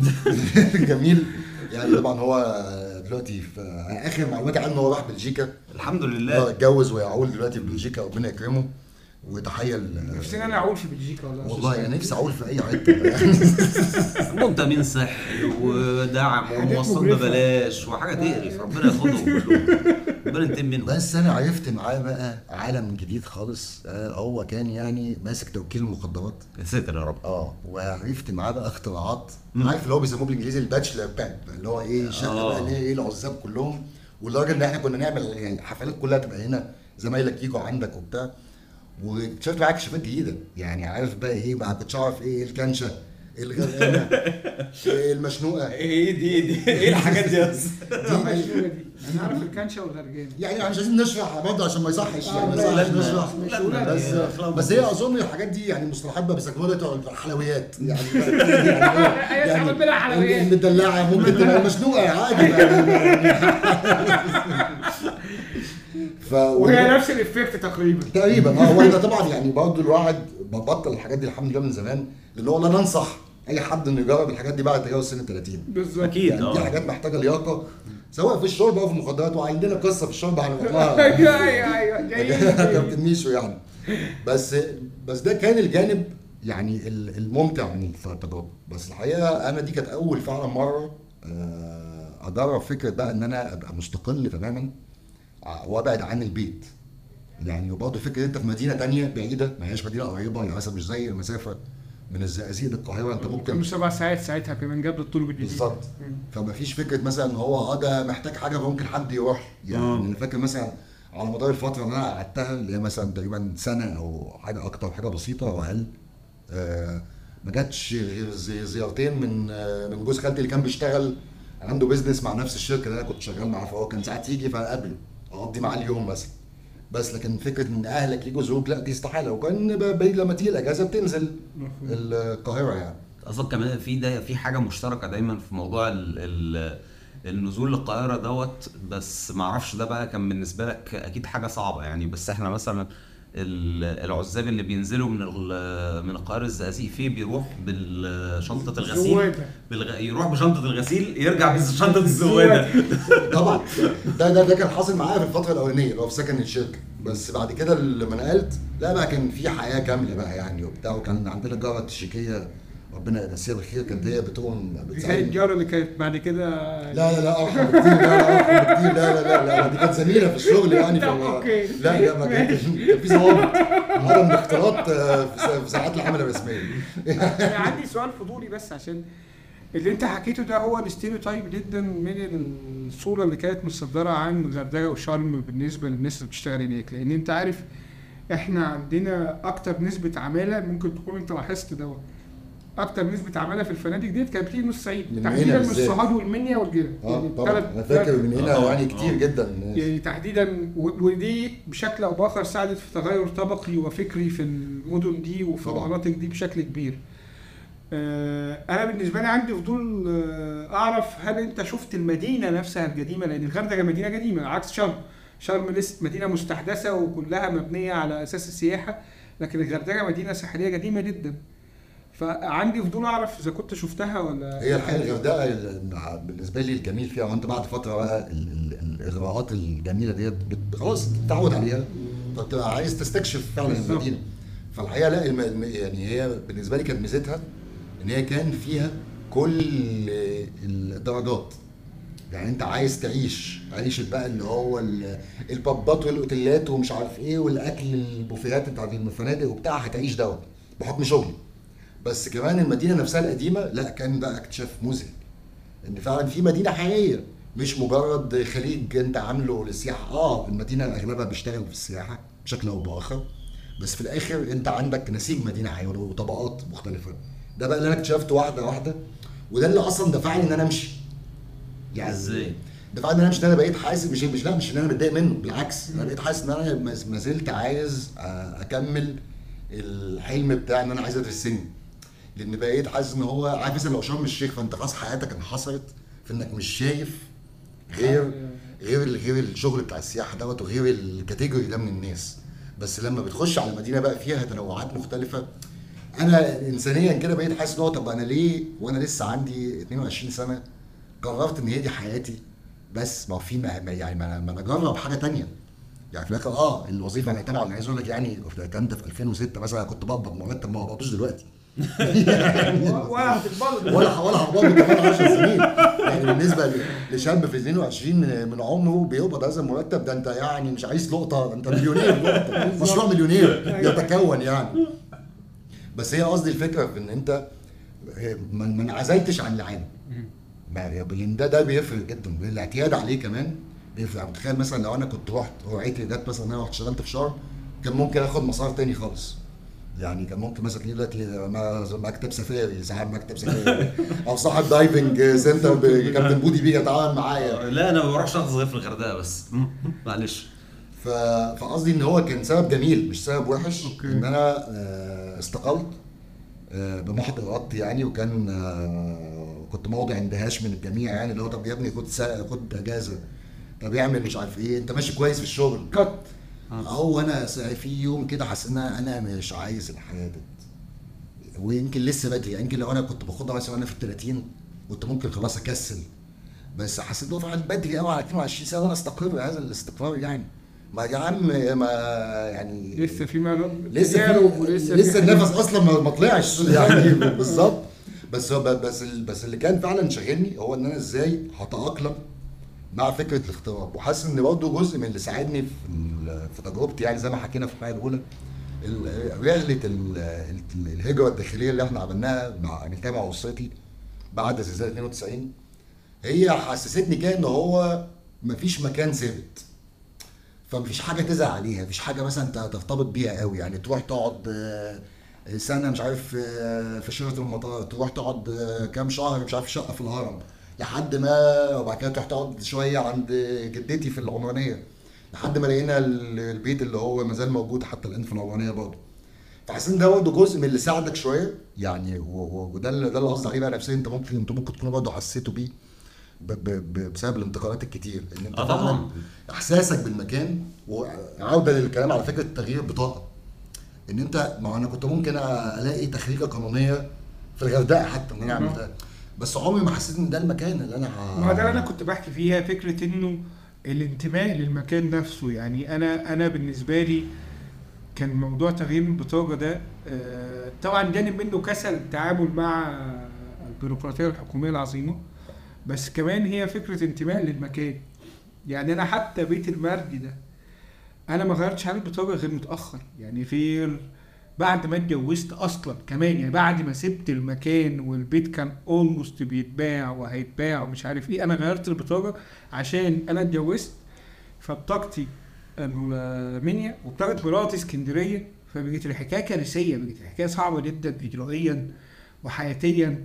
جميل، يعني طبعا هو دلوقتي في اخر معلوماتي عنه هو راح بلجيكا الحمد لله، اه اتجوز ويعول دلوقتي في بلجيكا، ربنا يكرمه. وتحيه نفسنا انا اعول في بلجيكا والله. والله انا نفسي اعول في اي حته عندهم تامين صحي ودعم ومواصلات ببلاش وحاجه تقرف، ربنا ياخدهم كلهم، ربنا ينتقم منهم. بس انا عرفت معاه بقى عالم جديد خالص. آه هو كان يعني ماسك توكيل المخدرات يا ساتر يا رب. اه وعرفت معاه بقى اختراعات، عارف اللي هو بيسموه بالانجليزي الباتشلر باد، اللي هو ايه شقه بقى ليه ايه العزاب كلهم، ولدرجه ان احنا كنا نعمل يعني الحفلات كلها تبقى هنا، زمايلك يجوا عندك وبتاع. واكتشفت معاك اكتشافات جديده، يعني عارف بقى ايه، ما كنتش اعرف ايه الكنشه، الغرقانه، المشنوقه، ايه دي دي ايه الحاجات دي يا اسطى؟ المشنوقه دي انا عارف الكنشه والغرقانه، يعني مش عايزين نشرح برضه عشان ما يصحش، يعني ما يصحش نشرح، بس بس هي اظن الحاجات دي يعني مصطلحات بقى بيستخدموها دلوقتي الحلويات، يعني يعني بلا حلويات المدلعه ممكن تبقى مشنوقه عادي ف... وهي نفس الافكت تقريبا تقريبا اه. واحنا طبعا يعني برضه الواحد ببطل الحاجات دي الحمد لله من زمان، لان هو لا ننصح اي حد انه يجرب الحاجات دي بعد تجاوز سن ثلاثين بالظبط. اكيد يعني اه دي حاجات محتاجه لياقه سواء في الشرب او في المخدرات، وعندنا قصه في الشرب هنروح ايوه ايوه ايوه جايين بتنيشوا يعني. بس بس ده كان الجانب يعني الممتع من التجربه. بس الحقيقه انا دي كانت اول فعلا مره اجرب فكره بقى ان انا ابقى مستقل تماما وابعد عن البيت، يعني وبرضه فكره انت في مدينه تانية بعيده ما هياش مدينه قريبه، يعني مثلا مش زي المسافه من الزقازيق للقاهره، انت ممكن كانوا سبع ساعات ساعتها كمان قبل الطرق الجديده بالظبط. فما فيش فكره مثلا ان هو اه ده محتاج حاجه ممكن حد يروح، يعني آه. انا فاكر مثلا على مدار الفتره اللي انا قعدتها اللي هي مثلا تقريبا سنه او حاجه اكتر، حاجه بسيطه او اقل، آه ما جاتش غير زي زيارتين من آه من جوز خالتي اللي كان بيشتغل عنده بيزنس مع نفس الشركه اللي انا كنت شغال معاها، فهو كان ساعات يجي فاقابله اقضي معاه اليوم مثلا. بس لكن فكره ان اهلك يجوا يزوروك لا دي استحاله، وكان بعيد لما تيجي الاجازه بتنزل القاهره يعني. اصلا كمان في ده في حاجه مشتركه دايما في موضوع ال ال النزول للقاهره دوت، بس ما اعرفش ده بقى كان بالنسبه لك اكيد حاجه صعبه يعني. بس احنا مثلا العزاب اللي بينزلوا من من القاهره الزقازيق فيه بيروح بالشنطه الغسيل بالغ... يروح بشنطه الغسيل يرجع بشنطه الزواده طبعا ده ده ده كان حاصل معايا في الفتره الاولانيه اللي هو في سكن الشركه. بس بعد كده لما نقلت لا بقى كان في حياه كامله بقى يعني وبتاع. وكان عندنا جاره الشيكيه ربنا يمسيها بالخير، كانت هي بتقوم زي الجاره اللي كانت بعد كده لا لا لا ارحم بكتير، لا لا ارحم بكتير، لا لا لا لا دي كانت زميله في الشغل يعني. اوكي لا لا ما كانش كان في ضوابط عدم الاختلاط في ساعات العمل الرسميه. انا عندي سؤال فضولي بس، عشان اللي انت حكيته ده هو الستيريوتايب جدا من الصوره اللي كانت متصدره عن الغردقه وشرم بالنسبه للناس اللي بتشتغل هناك، لان انت عارف احنا عندنا اكتر نسبه عماله، ممكن تكون انت لاحظت دوت، اكتر نسبه عماله في الفنادق ديت كانت بتيجي من الصعيد تحديدا، من الصعيد والمنيا والجيزه. اه يعني طبعا انا فاكر من هنا يعني كتير جدا يعني تحديدا، ودي بشكل او باخر ساعدت في تغير طبقي وفكري في المدن دي وفي المناطق دي بشكل كبير. آه، انا بالنسبه لي عندي فضول آه، اعرف هل انت شفت المدينه نفسها القديمه، لان الغردقه مدينه قديمه عكس شرم. شرم لسه مدينه مستحدثه وكلها مبنيه على اساس السياحه، لكن الغردقه مدينه ساحليه قديمه جدا. فعندي فضول اعرف اذا كنت شفتها ولا. هي الحقيقه الغردقه ال- بالنسبه لي الجميل فيها، وانت بعد فتره بقى ال- ال- الاغراءات الجميله ديت بت- خلاص بتتعود عليها، فبتبقى عايز تستكشف فعلا بالظبط. المدينه. فالحقيقه لا الم... الم- يعني هي بالنسبه لي كانت ميزتها ان هي كان فيها كل الدرجات. يعني انت عايز تعيش عيشه بقى اللي هو ال- البابات والاوتيلات ومش عارف ايه والاكل البوفيهات بتاعت الفنادق وبتاع، هتعيش دوت بحكم شغلي. بس كمان المدينه نفسها القديمه لا كان بقى اكتشاف مذهل ان فعلا في مدينه حقيقيه مش مجرد خليج انت عامله للسياحه. اه المدينه اغلبها بيشتغل في السياحه بشكل او باخر، بس في الاخر انت عندك نسيج مدينه حقيقيه وطبقات مختلفه. ده بقى اللي انا اكتشفته واحده واحده، وده اللي اصلا دفعني ان انا امشي. يعني ازاي؟ دفعني ان انا مش ان انا بقيت حاسس مش مش لا مش ان انا متضايق منه، بالعكس انا بقيت حاسس ان انا ما زلت عايز اكمل الحلم بتاعي ان انا عايز ادرس سينما. لان بقيت حاسس ان هو عارف مثلا لو شرم الشيخ فانت خلاص حياتك انحصرت في انك مش شايف غير غير غير الشغل بتاع السياحه دوت وغير الكاتيجوري ده من الناس. بس لما بتخش على مدينه بقى فيها تنوعات مختلفه، انا انسانيا كده بقيت حاسس ان هو طب انا ليه وانا لسه عندي اتنين وعشرين سنه قررت ان هي دي حياتي؟ بس ما هو في ما ما- يعني ما ما انا اجرب حاجه تانية. يعني في الاخر اه الوظيفه انا طبعا عايز اقول لك يعني الكلام ده في ألفين وستة مثلا كنت بقبض مرتب ما بقبضوش دلوقتي. ولا هتتبلط ولا ولا هقبض كمان عشر سنين. يعني بالنسبه ل- لشاب في اتنين وعشرين من من عمره بيقبض هذا المرتب ده، انت يعني مش عايز لقطه، ده انت مليونير لقطه مشروع مليونير يتكون يعني. بس هي قصدي الفكره في ان انت ما ما انعزلتش عن العالم. ما- لان ده ده بيفرق جدا، الاعتياد عليه كمان بيفرق. متخيل مثلا لو انا كنت رحت وعيت جت مثلا انا رحت اشتغلت في شرم، كان ممكن اخد مسار تاني خالص. يعني كان ممكن مثلا تلاقي دلوقتي م- مكتب سفاري، صاحب مكتب سفاري او صاحب دايفنج سنتر ب- كابتن بودي بيجي يتعاون معايا. لا انا ما بروحش اغطس غير في الغردقه بس. معلش. ف... فقصدي ان هو كان سبب جميل مش سبب وحش. أوكي. ان انا آه، استقلت آه، بمحض ارادتي يعني، وكان آه، كنت موضع اندهاش من الجميع يعني، اللي هو طب يا ابني خد سا- خد اجازه، طب يعمل مش عارف ايه، انت ماشي كويس في الشغل. كت هو انا س- في يوم كده حسيت ان انا أنا مش عايز الحياه دي، ويمكن لسه بدري. يعني يمكن لو انا كنت باخدها مثلا وانا في الثلاثين كنت ممكن خلاص اكسل، بس حسيت انه فعلا بدري قوي على اتنين وعشرين سنه وانا استقر هذا الاستقرار يعني. ما يا عم ما يعني لسه في ما لسه تجارب في ولسه لسه في النفس اصلا ما ما طلعش يعني بالظبط. بس هو بس بس اللي كان فعلا شاغلني هو ان انا ازاي هتاقلم مع فكره الاغتراب. وحاسس ان برضه جزء من اللي ساعدني في ال- في تجربتي يعني زي ما حكينا في الحلقه الاولى، ال- رحله ال- ال- الهجره الداخليه اللي احنا عملناها مع عملتها مع اسرتي بعد زلزال اتنين وتسعين، هي حسستني كده ان هو مفيش مكان ثابت، فمفيش حاجه تزعل عليها، مفيش حاجه مثلا انت ترتبط بيها قوي. يعني تروح تقعد آه، سنه مش عارف آه، في شيراتون المطار، تروح تقعد آه، كام شهر مش عارف شقه في الهرم لحد ما، وبعد كده تروح تقعد شويه عند جدتي في العمرانيه لحد ما لقينا ال- البيت اللي هو مازال موجود حتى الان في العمرانيه برضه. فحاسس ان ده برضه جزء من اللي ساعدك شويه يعني، و- و- وده اللي ده اللي قصدي عليه بقى نفسيا. انت ممكن انتوا ممكن تكونوا برضه حسيتوا بيه ب- ب- ب- بسبب الانتقالات الكتير، ان انت آه فعلا طبعاً. احساسك بالمكان. وعوده للكلام على فكره تغيير البطاقه، ان انت ما هو انا كنت ممكن الاقي تخريجه قانونيه في الغردقه حتى ان انا اعمل ده، بس عمري ما حسيت ان ده المكان اللي انا ه- ما ده اللي انا كنت بحكي فيها، فكره انه الانتماء للمكان نفسه. يعني انا انا بالنسبه لي كان موضوع تغيير البطاقه ده آه، طبعا جانب منه كسل التعامل مع البيروقراطيه الحكوميه العظيمه، بس كمان هي فكره انتماء للمكان. يعني انا حتى بيت المرج ده انا ما غيرتش عليه البطاقه غير متاخر، يعني غير بعد ما اتجوزت اصلا كمان. يعني بعد ما سبت المكان والبيت كان اولموست بيتباع وهيتباع ومش عارف ايه، انا غيرت البطاقه عشان انا اتجوزت، فبطاقتي المنيا وبطاقه مراتي اسكندريه، فبقت الحكايه كارثيه، بقت الحكايه صعبه جدا اجرائيا وحياتيا،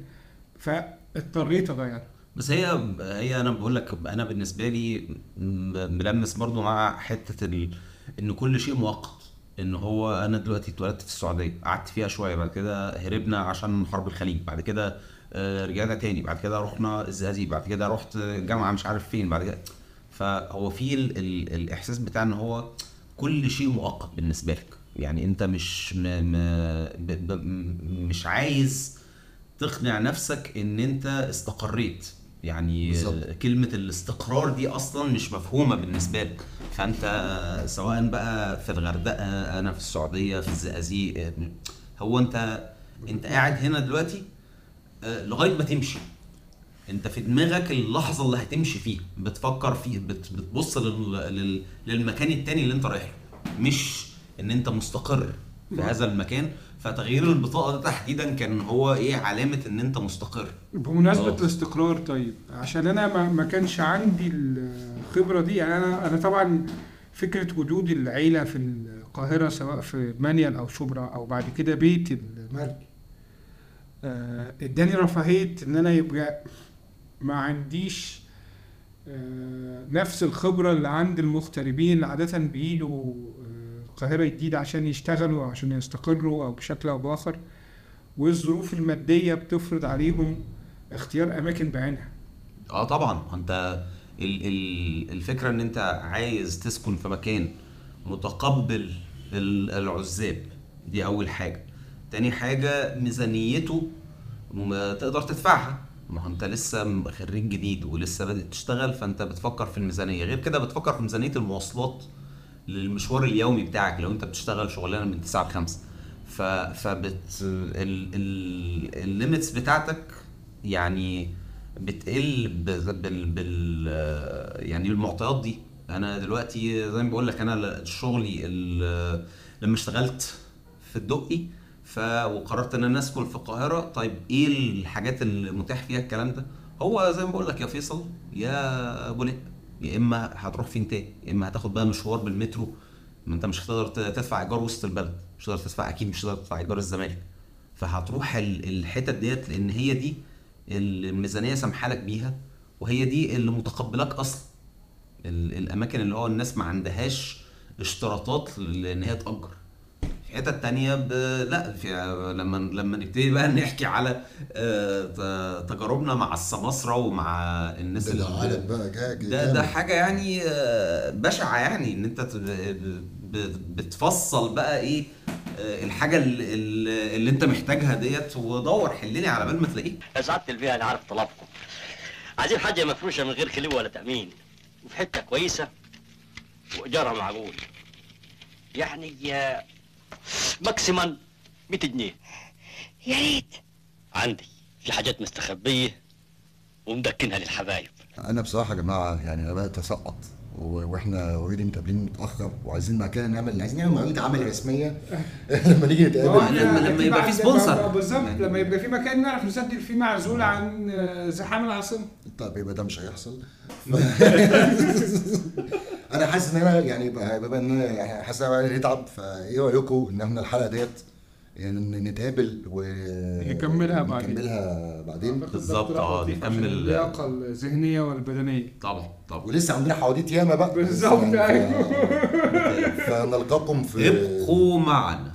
فاضطريت اغير. بس هي هي انا بقول لك انا بالنسبه لي م- ملمس برضو مع حته ال... ان كل شيء مؤقت. ان هو انا دلوقتي اتولدت في السعوديه، قعدت فيها شويه، بعد كده هربنا عشان حرب الخليج، بعد كده آه، رجعنا تاني، بعد كده رحنا الزقازيق، بعد كده رحت جامعه مش عارف فين، بعد كده فهو في ال ال الاحساس بتاع ان هو كل شيء مؤقت بالنسبه لك. يعني انت مش م م ب ب مش عايز تقنع نفسك ان انت استقريت. يعني بالظبط. كلمة الاستقرار دي اصلا مش مفهومة بالنسبة لك. فانت سواء بقى في الغردقة، انا في السعودية، في الزقازيق، هو انت انت قاعد هنا دلوقتي لغاية ما تمشي. انت في دماغك اللحظة اللي هتمشي فيه، بتفكر فيه، بت بتبص لل للمكان التاني اللي انت رايح له، مش ان انت مستقر في هذا المكان. فتغيير البطاقه ده تحديدا كان هو ايه علامه ان انت مستقر. بمناسبه أوه. الاستقرار، طيب عشان انا ما, ما كانش عندي الخبره دي. يعني انا انا طبعا فكره وجود العيله في القاهره سواء في مانيال او شبرا او بعد كده بيت الملك اداني آه رفاهيه ان انا يبقى ما عنديش آه نفس الخبره اللي عند المغتربين اللي عاده بيجوا القاهرة جديدة عشان يشتغلوا أو عشان يستقروا أو بشكل أو بآخر، والظروف المادية بتفرض عليهم اختيار أماكن بعينها. اه طبعا. انت ال ال الفكرة ان انت عايز تسكن في مكان متقبل العزاب، دي أول حاجة. تاني حاجة ميزانيته تقدر تدفعها، ما هو انت لسه خريج جديد ولسه بادئ تشتغل، فانت بتفكر في الميزانية. غير كده بتفكر في ميزانية المواصلات للمشوار اليومي بتاعك لو انت بتشتغل شغلانه من تسعة لخمسة. ف فبت الليميتس بتاعتك يعني بتقل بال بال يعني المعطيات دي. انا دلوقتي زي ما بقول لك، انا شغلي لما اشتغلت في الدقي ف وقررت ان انا اسكن في القاهره. طيب ايه الحاجات اللي متاح فيها الكلام ده؟ هو زي ما بقول لك يا فيصل يا ابو لق، يا اما هتروح فين تاني، يا اما هتاخد بقى مشوار بالمترو. ما انت مش هتقدر تدفع ايجار وسط البلد، مش هتقدر تدفع، اكيد مش هتقدر تدفع ايجار الزمالك. فهتروح الحتت ديت لان هي دي الميزانيه سامحالك بيها، وهي دي اللي متقبلاك اصلا. الاماكن اللي هو الناس ما عندهاش اشتراطات لان هي تاجر. في حتت تانية ب... لا في... لما لما نبتدي بقى نحكي على آه تجاربنا مع السماسرة ومع الناس اللي العالم بقى جاي ده ده حاجة يعني آه بشعة. يعني ان انت بتفصل بقى ايه آه الحاجة اللي, اللي انت محتاجها ديت، ودور حلني على بال ما تلاقيه. يا سعادة البيئة انا عارف طلبكم، عايزين حاجة مفروشة من غير كلوة ولا تأمين، وفي حتة كويسة وايجارها معقول، يعني ماكسيمال مية جنيه. يا ريت. عندي في حاجات مستخبيه ومدكنها للحبايب. انا بصراحه يا جماعه يعني انا بقيت اسقط، واحنا اوريدي متقابلين متاخر وعايزين مكان نعمل، عايزين نعمل مقابله عمل رسميه لما نيجي نتقابل، لما, لما يبقى في سبونسر بالظبط، لما يبقى في مكان نعرف نسجل فيه معزول عن زحام العاصمه. طيب يبقى ده مش هيحصل. انا حاسس ان انا يعني بما ان انا يعني حاسس ان انا نتعب. فايه رايكم ان احنا الحلقه ديت يعني نتقابل ونكملها بعدين نكملها بعدين بالظبط. اه نكمل اللياقه الذهنيه والبدنيه. طبعا طبعا. ولسه عندنا حواديت ياما بقى بالظبط. ايوه فنلقاكم في ابقوا معنا.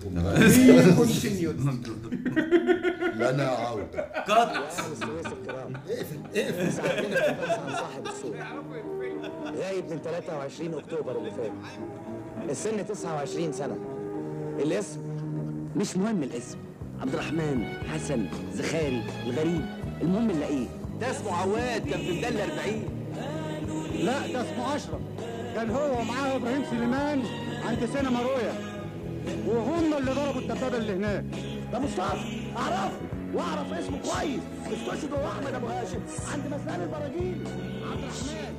لنا عودة. كات. اقفل اقفل ساعتين عن صاحب السوق. غايب من ثلاثة وعشرين اكتوبر اللي فات. السن تسعة وعشرين سنة. الاسم مش مهم الاسم، عبد الرحمن، حسن، زخاري، الغريب، المهم نلاقيه. ده اسمه عواد، كان في مدلة أربعين. لا ده اسمه اشرف، كان هو ومعاه ابراهيم سليمان عند سينما رويا، وهم اللي ضربوا الدبابه اللي هناك. ده مصطفى اعرفه واعرف اسمه كويس، استشهد هو احمد ابو هاشم عند مسألة البراجيل. عبد الرحمن